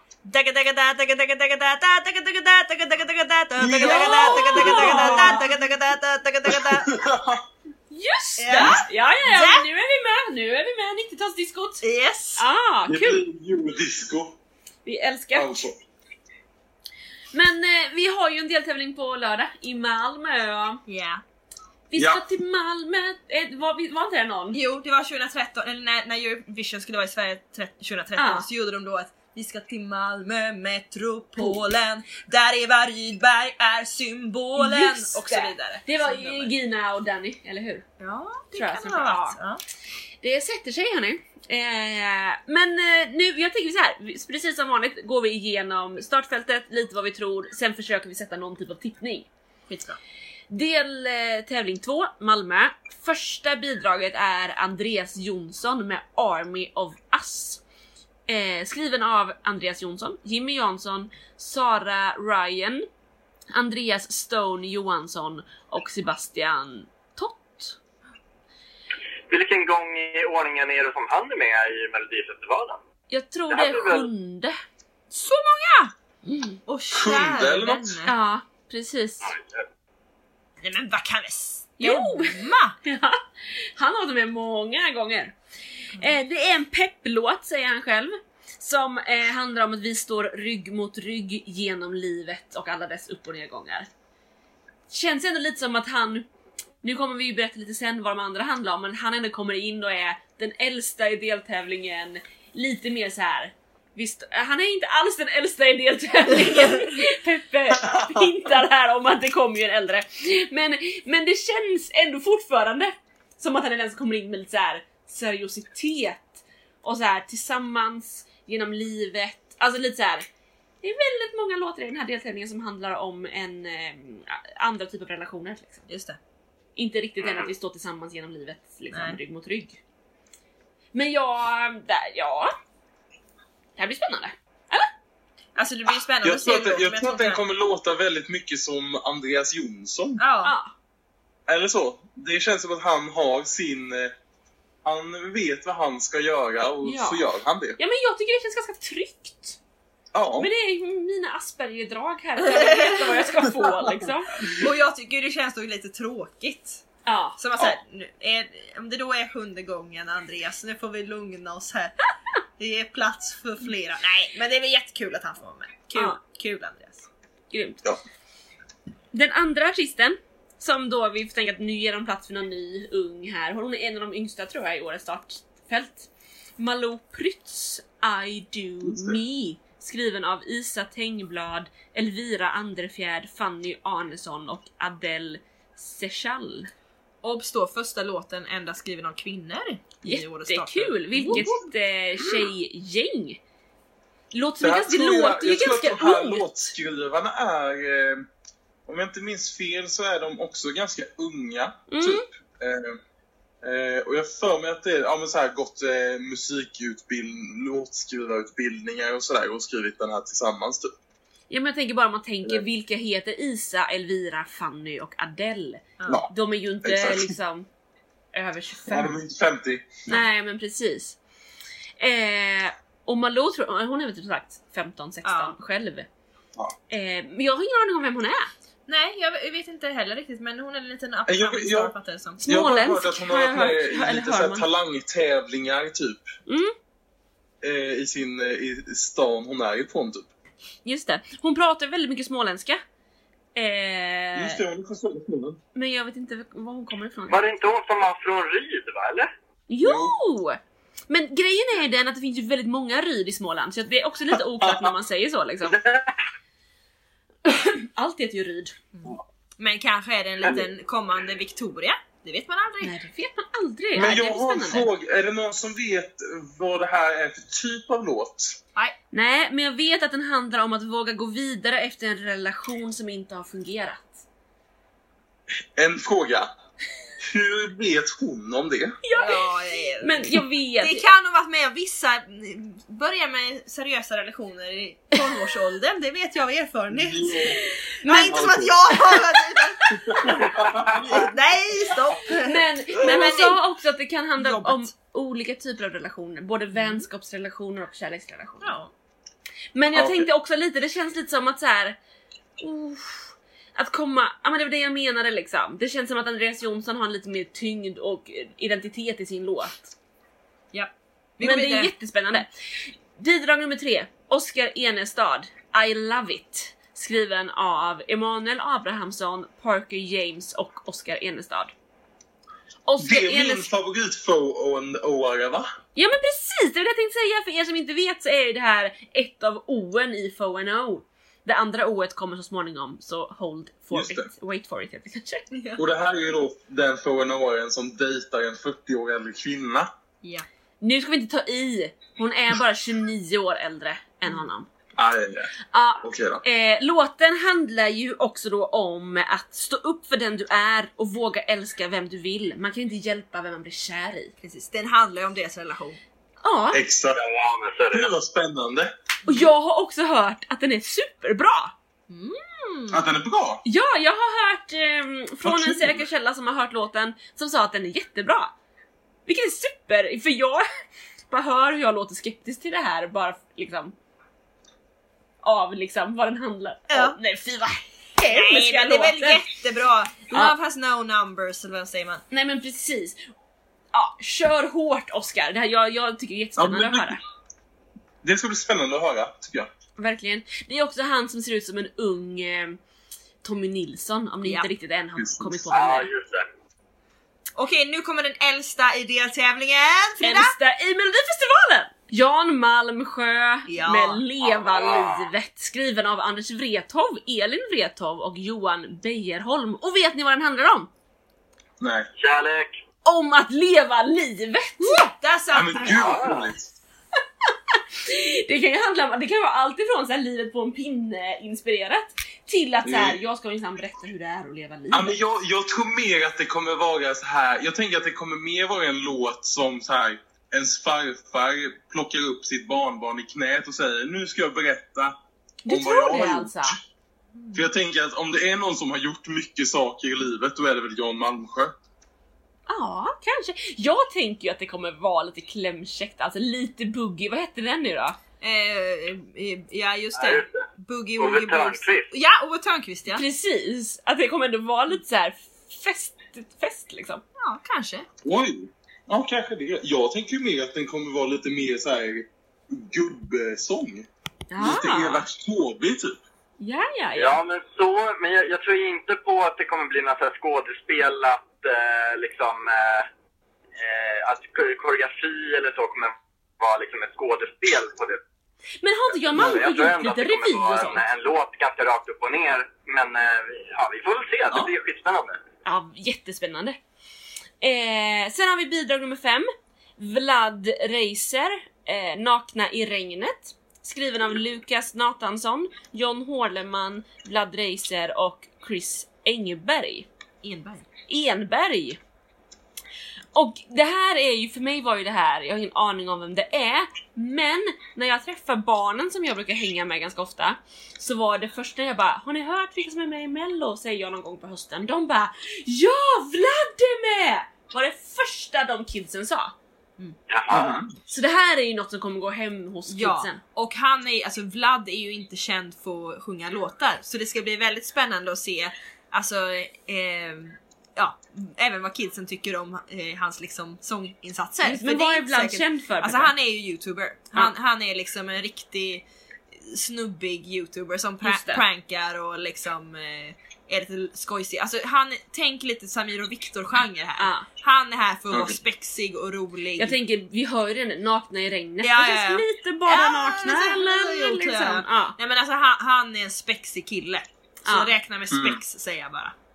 Just det! Ja, nu är vi med 90-talsdiskot. Yes! Det Kul! blir eurodisco. Vi älskar. Alltså. Men vi har ju en deltävling på lördag i Malmö. Ja. Vi ska till Malmö. Var inte det någon? Jo, det var 2013, eller när Eurovision skulle vara i Sverige 2013 så gjorde de då att vi ska till Malmö, metropolen, där Eva Rydberg är symbolen Just och så vidare. Det var Gina och Danny, eller hur? Ja, det Tror jag kan som- ha varit. ja. Ja. Det sätter sig hörni. Men nu, jag tänker så här, precis som vanligt går vi igenom startfältet, lite vad vi tror, sen försöker vi sätta någon typ av tippning. Skitbra. Del tävling 2, Malmö. Första bidraget är Andreas Jonsson med Army of Us. Skriven av Andreas Jonsson, Jimmy Jansson, Sara Ryan, Andreas Stone Johansson och Sebastian Tott. Vilken gång i ordningen är det som han är med i Melodifestivalen? Jag tror Det det här är blir väl- 7:e. Så många! Och Sjunde kära eller något? vänner. Ja, precis. Nej men vad kan det Jo! stämma? Ja, han har varit med många gånger. Det är en pepplåt, säger han själv, som handlar om att vi står rygg mot rygg genom livet och alla dess upp- och nedgångar. Känns ändå lite som att han, nu kommer vi ju berätta lite sen vad de andra handlar om, men han ändå kommer in och är den äldsta i deltävlingen, lite mer så här. Visst, han är inte alls den äldsta i deltävlingen. Peppe hintar här om att det kommer ju en äldre. Men det känns ändå fortfarande som att han är den som kommer in med lite så här seriositet och så här tillsammans genom livet. Alltså lite så här. Det är väldigt många låtar i den här deltävlingen som handlar om en andra typ av relationer liksom. Just det. Inte riktigt än att vi står tillsammans genom livet liksom, Nej. rygg mot rygg. Men ja. Det här blir spännande. Alltså det blir spännande Jag att se tror låten, men att den inte- kommer låta väldigt mycket som Andreas Jonsson. Ja. Ja. Eller så. Det känns som att han har sin... Han vet vad han ska göra och Ja. så gör han det. Ja, men jag tycker det känns ganska tryggt. Ja. Men det är mina Asperger-drag här. Jag vill veta vad jag ska få liksom. Och jag tycker det känns då lite tråkigt. Ja. Som att säga, om det då är 7:e gången Andreas, nu får vi lugna oss här. Det är plats för flera. Nej, men det är väl jättekul att han får vara med. Kul, Ja. kul Andreas. Grymt. Ja. Den andra artisten, som då vi får tänka att nu ger de plats för någon ny ung här. Hon är en av de yngsta tror jag i årets startfält. Malou Prytz, I Do Me. Skriven av Isa Tengblad, Elvira Anderfjärd, Fanny Arnesson och Adele Sechal. Obs då, första låten endast skriven av kvinnor i årets startfält. Jättekul! Vilket tjejgäng! Låter som Jag ganska, tror låter ju jag tror att ganska de här ungt. låtskrivarna är... om jag inte minns fel så är de också ganska unga, typ. Och jag för mig att det är så här gått låtskrivarutbildningar och sådär och skrivit den här tillsammans typ. Ja, men jag tänker bara om man tänker vilka heter Isa, Elvira, Fanny och Adele. Ja. De är ju inte Exakt. liksom över Ja, 25. de är inte 50. Nej, men precis. Och Malou tror hon är väl typ sagt 15-16 Ja. själv. Ja. Men jag har ingen aning om vem hon är. Nej, jag vet inte heller riktigt, men hon är en liten Jag- upcoming star, fattar det som. Jag har bara Småländsk hört att hon har har jag varit med hört, i eller lite hör så här man. talangtävlingar typ. Mm. I stan hon är ifrån typ. Just det. Hon pratar väldigt mycket småländska. Just det, hon är från Stockholm. Men jag vet inte var hon kommer ifrån. Var det inte hon som var från Ryd, va? Eller? Jo! Men grejen är den att det finns ju väldigt många Ryd i Småland, så att det är också lite oklart när man säger så liksom. Allt heter ju Ryd. Men kanske är det en liten kommande Victoria? Det vet man aldrig. Nej, det vet man aldrig. Men Det jag är har en spännande. fråga. Är det någon som vet vad det här är för typ av låt? Nej, men jag vet att den handlar om att våga gå vidare efter en relation som inte har fungerat. En fråga. Hur vet hon om det? Men jag vet. Det kan ha varit med vissa börjar med seriösa relationer i 12-årsåldern, det vet jag av erfarenhet. Nej, inte som att jag har nej, stopp! Men man sa också att det kan handla Jobbet. om olika typer av relationer, både vänskapsrelationer och kärleksrelationer. Ja. Men jag Okej. tänkte också lite, det känns lite som att så här. Att komma, ja men det var det jag menade liksom. Det känns som att Andreas Jonsson har en lite mer tyngd och identitet i sin låt. Ja. Men det är jättespännande. Bidrag nummer 3. Oskar Enestad, I Love It. Skriven av Emanuel Abrahamsson, Parker James och Oskar Enestad. Oskar Det är min favorit Foe va? Ja men precis, det är det jag tänkte säga. För er som inte vet så är det här ett av O:en i Foe. Det andra O:et kommer så småningom, så hold for Just it. det. Wait for it heter det kanske. Och det här är ju då den Foe som dejtar en 40-år äldre kvinna. Ja. Nu ska vi inte ta i. Hon är bara 29 år äldre än honom. Aj. Ja, Okej då. låten handlar ju också då om att stå upp för den du är och våga älska vem du vill. Man kan ju inte hjälpa vem man blir kär i. Precis, den handlar ju om deras relation. Ja, Exakt. Ja, men så är Det det. var spännande. och jag har också hört att den är superbra. Att den är bra. Ja, jag har hört från Vad en kul. säker källa som har hört låten som sa att den är jättebra. Vilket är super, för jag bara hör hur jag låter skeptisk till det här bara liksom av liksom vad den handlar Ja. om. Nej fy vad Nej, hemska men det är väl låten. jättebra. Ja. Love has no numbers, eller vad säger man? Nej men precis. Ja, kör hårt Oscar. Det här, jag tycker det är jättespännande Ja, men att höra. Det ska bli spännande att höra, tycker jag. Verkligen. Det är också han som ser ut som en ung Tommy Nilsson, om ni Ja. inte riktigt än har Precis. kommit på vem Ja, det är. just det. Okej, nu kommer den äldsta i deltävlingen. Frida? Äldsta i Melodifestivalen! Jan Malmsjö Ja. med Leva livet, skriven av Anders Wrethov, Elin Wrethov och Johan Beijerholm. Och vet ni vad den handlar om? Nej. Kärlek. Om att leva livet! Där Ja, satt men den. gud vad roligt. Det kan ju handla om, det kan vara allt ifrån så här, livet på en pinne inspirerat till att så här, jag ska minsann berätta hur det är att leva livet. Ja, men jag tror mer att det kommer vara så här. Jag tänker att det kommer mer vara en låt som så här. Ens farfar plockar upp sitt barnbarn i knät och säger nu ska jag berätta Du om vad tror jag har det gjort. alltså? För jag tänker att om det är någon som har gjort mycket saker i livet, då är det väl Jan Malmsjö. Ja, kanske. Jag tänker ju att det kommer vara lite klämkäckt, alltså lite boogie. Vad hette den nu då? Ja, just Ja, det. just det. Boogie Ove Woogie Boogie. Törnqvist. Ja, Ove Törnqvist, ja. Precis, att det kommer ändå vara lite så här fest liksom. Ja, kanske. Oj! Ja, kanske det. Jag tänker ju mer att den kommer vara lite mer så här gubbsång. Lite Evert Taube typ. Ja, men jag tror inte på att det kommer bli något så här skådespelat, att koreografi eller så kommer vara liksom ett skådespel på det. Men har inte Jan Malmsjö Jag tror gjort ändå att lite det kommer revy och vara sånt? en låt ganska rakt upp och ner. Men ja, vi får väl se. Det blir skitspännande. Ja, jättespännande. Sen har vi bidrag nummer 5. Vlad Reiser, Nakna i regnet. Skriven av Lukas Nathansson, John Hårleman, Vlad Reiser och Chris Engberg. Enberg. Och det här är ju, för mig var ju det här, jag har ingen aning om vem det är, men när jag träffar barnen som jag brukar hänga med ganska ofta, så var det först när jag bara, har ni hört vilka som är med i Mello? Säger jag någon gång på hösten. De bara, ja, Vlad är med! Var det första de kidsen sa. Jaha. Så det här är ju något som kommer gå hem hos Ja, kidsen. och han är, alltså Vlad är ju inte känd för att sjunga låtar, så det ska bli väldigt spännande att se, alltså ja, även vad kidsen tycker om hans liksom sånginsatser. Just, För men det vad är inte Vlad säkert- känd för? Alltså han är ju youtuber, han är liksom en riktig snubbig youtuber som Just det. prankar och liksom är lite skojsig. Alltså han tänker lite Samir och Viktor-genre här. Ja. Han är här för att vara spexig och rolig. Jag tänker, vi hör ju den, Nakna i regnet. Ja, det ja, känns ja. lite bara Ja, nakna det eller liksom. Ja. Nej men alltså han är en spexig kille. Så Ja. räkna med spex säger jag bara.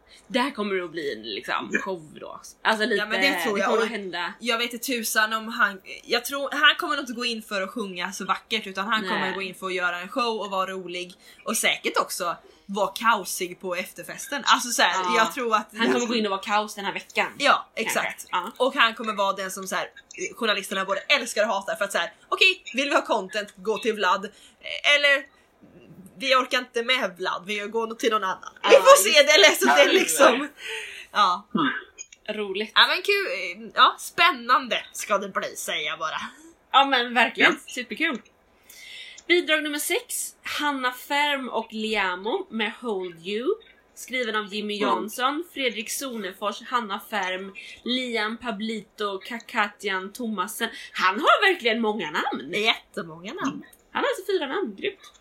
Det här kommer det att bli en liksom show då. Alltså lite, Ja, men det tror jag. kommer att hända. Jag vet inte tusan om jag tror han kommer nog inte gå in för att sjunga så vackert, utan han kommer gå in för att göra en show och vara rolig och säkert också vara kaosig på efterfesten. Alltså så här, jag tror att han kommer gå in och vara kaos den här veckan. Ja, exakt. Ja. Och han kommer vara den som så här, journalisterna både älskar och hatar, för att så här, okej, vill vi ha content, gå till Vlad, eller vi orkar inte med Vlad, vi går nog till någon annan. Vi får se det, eller så det är liksom. Ja. Roligt. Ja, men kul. Ja, spännande ska det bli, säger jag bara. Ja men verkligen, superkul. Bidrag nummer 6, Hanna Färm och Liamo med Hold You. Skriven av Jimmy Jansson, Fredrik Sonefors, Hanna Färm, Liam Pablito, Kakatjan Thomasen. Han har verkligen många namn. Jättemånga namn. Han har alltså 4 namn, grymt.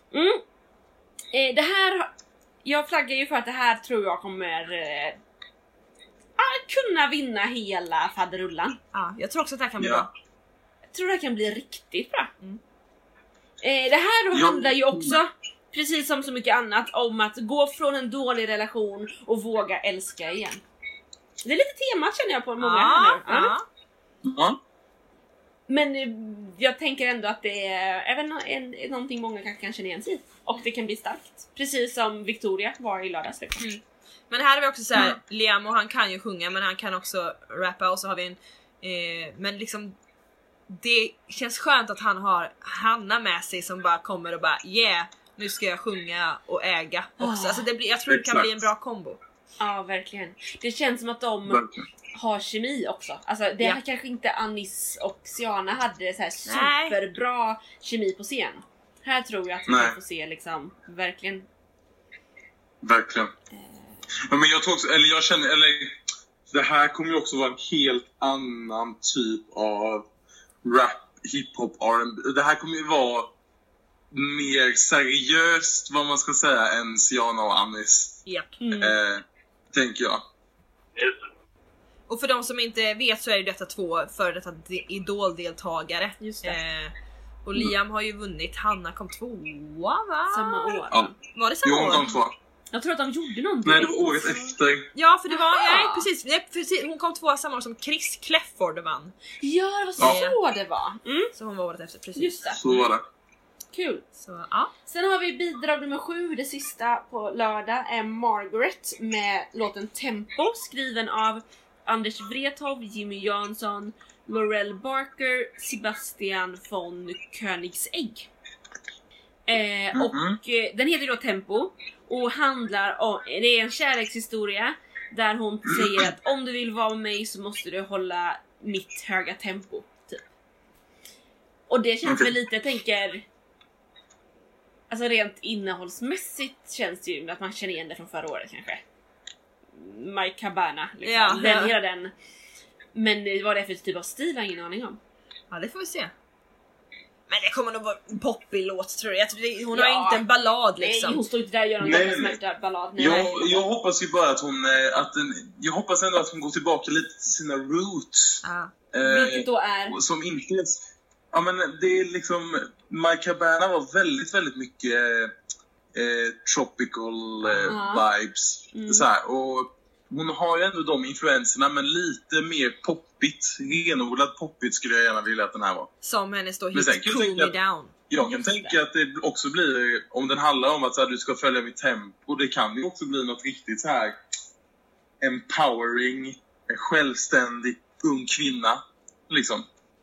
Det här, jag flaggar ju för att det här tror jag kommer kunna vinna hela faderullan. Ja, jag tror också att det här kan bli bra. Jag tror det här kan bli riktigt bra. Det här då handlar ju också, precis som så mycket annat, om att gå från en dålig relation och våga älska igen. Det är lite temat känner jag på många här nu. Ja. Men jag tänker ändå att det är även någonting många kanske kan känna igen sig i. Och det kan bli starkt. Precis som Victoria var i lördags. Men här har vi också så här, Liamo, han kan ju sjunga, men han kan också rappa, och så har vi en men liksom det känns skönt att han har Hanna med sig som bara kommer och bara nu ska jag sjunga och äga också. Alltså jag tror det kan bli en bra kombo. Ja, verkligen. Det känns som att de har kemi också. Alltså det här kanske inte Anis och Siana hade så här superbra kemi på scen. Här tror jag att vi får se liksom verkligen. Ja, men jag tror också, jag känner, det här kommer ju också vara en helt annan typ av rap, hiphop, R&B. Det här kommer ju vara mer seriöst, vad man ska säga, än Siana och Anis. Tänker jag. Och för de som inte vet så är detta 2 före detta Idol-deltagare. Just det. Och Liam har ju vunnit, Hanna kom 2, va? Samma år. Ja. Var det samma år? Jo, de 2. Jag tror att de gjorde någonting. Nej, det var året efter. Ja, för det var, precis. Hon kom 2 samma år som Chris Clefford vann. Ja, det var så det var. Så hon var året efter, precis. Just det. Så var det. Kul. Så, ja. Sen har vi bidrag nummer 7, det sista på lördag, är Margaret med låten Tempo, skriven av Anders Wrethov, Jimmy Jansson, Laurel Barker, Sebastian von Koenigsegg. Och den heter då Tempo och handlar om, det är en kärlekshistoria där hon säger att om du vill vara med mig så måste du hålla mitt höga tempo typ. Och det känns väl lite, jag tänker, alltså rent innehållsmässigt känns det ju att man känner igen det från förra året kanske. Mike Cabana liksom. Hela den. Men vad det är för typ av stil har jag ingen aning om. Ja, det får vi se. Men det kommer nog vara en poppig låt, tror jag. Hon har inte en ballad liksom. Nej, hon står inte där och gör någon smärta ballad. Jag hoppas ju bara att jag hoppas ändå att hon går tillbaka lite till sina roots. Vilket då är? Som inte ens... Ja, men det är liksom... Mike Cabana var väldigt, väldigt mycket tropical vibes. Så här, och hon har ju ändå de influenserna, men lite mer poppigt. Renodlat poppigt skulle jag gärna vilja att den här var. Som hennes då hit Cool Me Down. Jag kan tänka att det också blir, om den handlar om att så här, du ska följa mitt tempo, det kan ju också bli något riktigt så här empowering, en självständig ung kvinna liksom.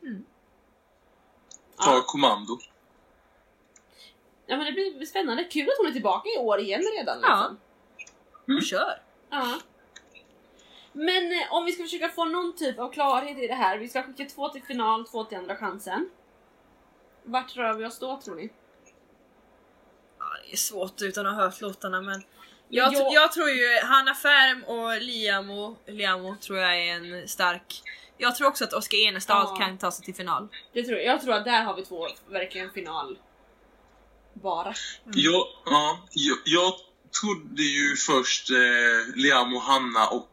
Ta kommando. Ja, men det blir spännande. Kul att hon är tillbaka i år igen redan liksom. Kör. Ja. Men om vi ska försöka få någon typ av klarhet i det här, vi ska skicka 2 till final, 2 till andra chansen. Vart rör vi oss då, tror ni? Ja, det är svårt utan att ha hört låtarna, men jag tror ju Hanna Färm och Liamo tror jag är en stark. Jag tror också att Oskar Enestad kan ta sig till final. Det tror jag. Jag tror att där har vi 2 verkligen final. Bara. Jag trodde ju först Liam och Hanna och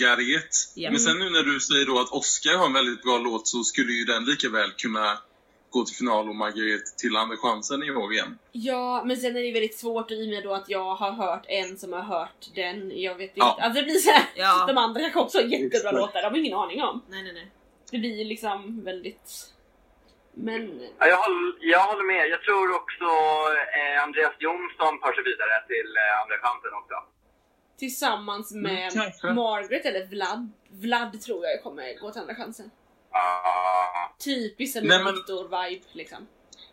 Margaret. Men sen nu när du säger då att Oscar har en väldigt bra låt, så skulle ju den lika väl kunna gå till final och Margaret till andra chansen i år igen. Ja, men sen är det väldigt svårt i och med då att jag har hört en som har hört den. Jag vet inte. Alltså det blir så här, de andra kanske också har jättebra låtar. De har ingen aning om. Nej. Det blir liksom väldigt... Men... Ja, jag håller med. Jag tror också Andreas Jonsson tar sig vidare till andra chansen också. Tillsammans med Margaret eller Vlad. Vlad tror jag kommer gå till andra chansen. Typiskt en Victor-vibe liksom.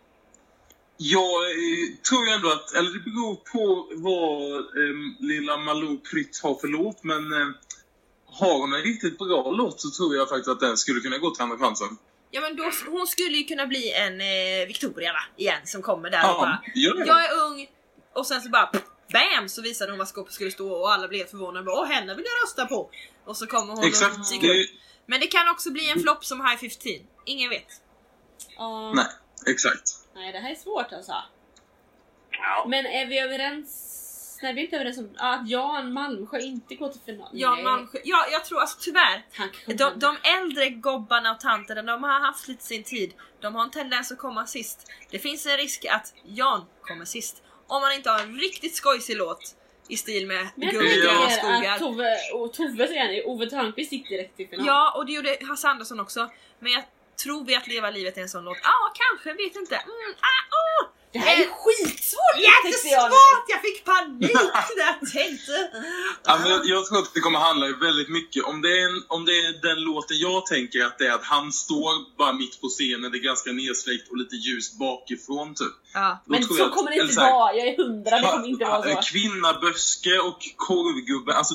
Jag tror ju ändå att, eller det beror på vad lilla Malou Prytt har för låt, men har hon en riktigt bra låt så tror jag faktiskt att den skulle kunna gå till andra chansen. Ja, men då, hon skulle ju kunna bli en Victoria va? Igen som kommer där och bara, jag är ung, och sen så bara bam, så visade hon vad skåpet skulle stå och alla blev förvånade och bara, henne vill jag rösta på. Och så kommer hon och men det kan också bli en flopp som High 15. Ingen vet. Nej, exakt. Nej, det här är svårt alltså. Ja. Men är vi överens? Nej, vi är inte överens om att Jan Malmsjö inte går till final. Jan Malmsjö, ja, jag tror alltså tyvärr de äldre gobbarna och tanterna, de har haft lite sin tid. De har en tendens att komma sist. Det finns en risk att Jan kommer sist. Om man inte har en riktigt skojsig låt i stil med Gulliga skogar. Tove säger Ove Thörnqvist gick direkt till final. Ja, och det gjorde Hasse Andersson också. Men jag tror vi att leva livet är en sån låt. Kanske, vet inte. Det här är skitsvårt! Jättesvårt! Jag fick panik när jag tänkte. Men jag tror att det kommer handla väldigt mycket om det är den låten jag tänker att det är att han står bara mitt på scenen, det är ganska nedsläckt och lite ljus bakifrån typ. Ja. Men så kommer det inte vara, jag är 100, det kommer inte vara så. Kvinnaböske och korvgubben, alltså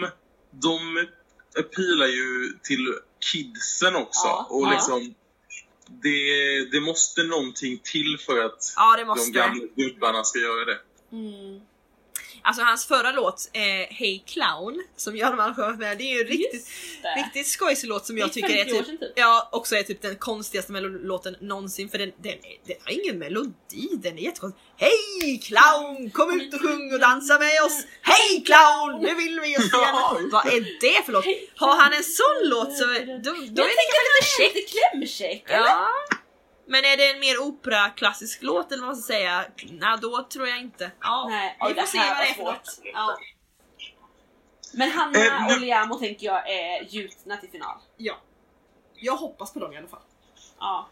de pilar ju till kidsen också och liksom det måste någonting till för att de gamla gubbarna ska göra det. Alltså hans förra låt, Hey Clown, som Jan Malmsjö var med, det är ju riktigt skojsig låt som jag tycker är typ, också är typ den konstigaste låten någonsin, för den har ingen melodi, den är jättekonstig. Hey Clown, kom ut och sjung och dansa med oss. Hey Clown, nu vill vi just igen. Vad är det för låt? Har han en sån låt så då är det kanske lite klämkäck, eller? Ja. Men är det en mer opera-klassisk låt eller vad man ska säga? Nej, då tror jag inte. Nej, vi får se vad det är för låt. Ja. Men Hanna och Liamo tänker jag är gjutna till final. Ja. Jag hoppas på dem i alla fall. Ja.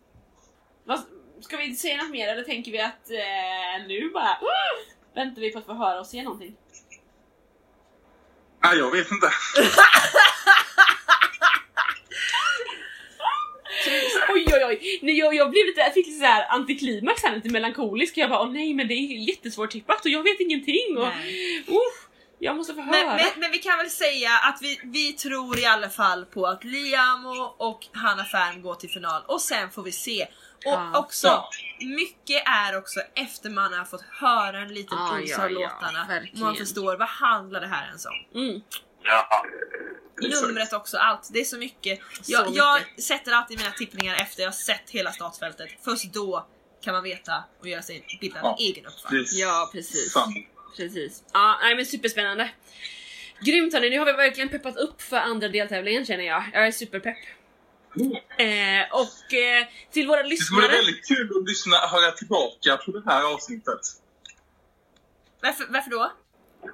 Ska vi säga något mer eller tänker vi att nu bara väntar vi på att få höra och se någonting? Nej, jag vet inte. Oj. Nej, jag blev lite, jag fick lite så här antiklimax här, lite melankolisk. Jag bara, nej men det är jättesvårt tippat och jag vet ingenting. Och, jag måste få höra. Men vi kan väl säga att vi tror i alla fall på att Liamo och Hanna Färm går till final. Och sen får vi se. Och också, mycket är också efter man har fått höra en liten av låtarna. Man förstår, vad handlar det här ens om? Numret också, allt, det är så mycket. Jag sätter alltid mina tippningar efter jag har sett hela startfältet. Först då kan man veta och göra sig bilda en egen uppfattning. Ja, precis. Ja, nej men superspännande. Grymt hörni, nu har vi verkligen peppat upp för andra deltävlingen känner jag. Jag är superpepp. Och till våra lyssnare. Det skulle vara väldigt kul att höra tillbaka på det här avsnittet. Varför då?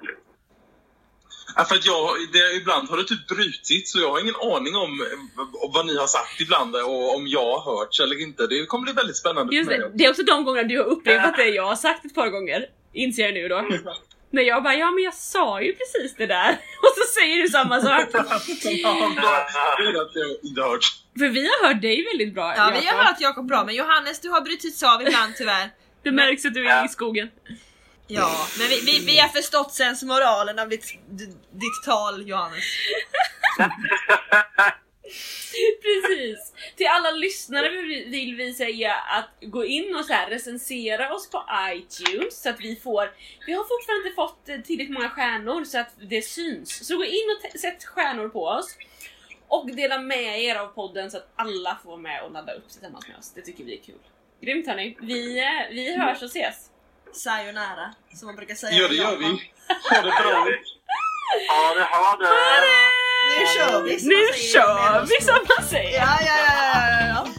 För att ibland har det typ brutit så jag har ingen aning om vad ni har sagt ibland och om jag har hört eller inte. Det kommer bli väldigt spännande. Just det är också de gångerna du har upprepat det jag har sagt ett par gånger. Inser jag nu då. När jag bara, men jag sa ju precis det där. Och så säger du samma sak. För vi har hört dig väldigt bra. Ja, vi har hört Jakob bra. Men Johannes, du har brutits av ibland tyvärr. Det märks att du är i skogen. Ja, men vi har förstått sens moralen av ditt tal, Johannes. Precis. Till alla lyssnare vill vi säga att gå in och så här recensera oss på iTunes så att vi har fortfarande inte fått tillräckligt många stjärnor så att det syns. Så gå in och sätt stjärnor på oss och dela med er av podden så att alla får med och ladda upp tillsammans med oss. Det tycker vi är kul. Grymt hörni. Vi hörs och ses. Sayonara, som man brukar säga. Ja, det gör vi. Ha det bra. Ha det. Nu kör vi, som man säger. Ja.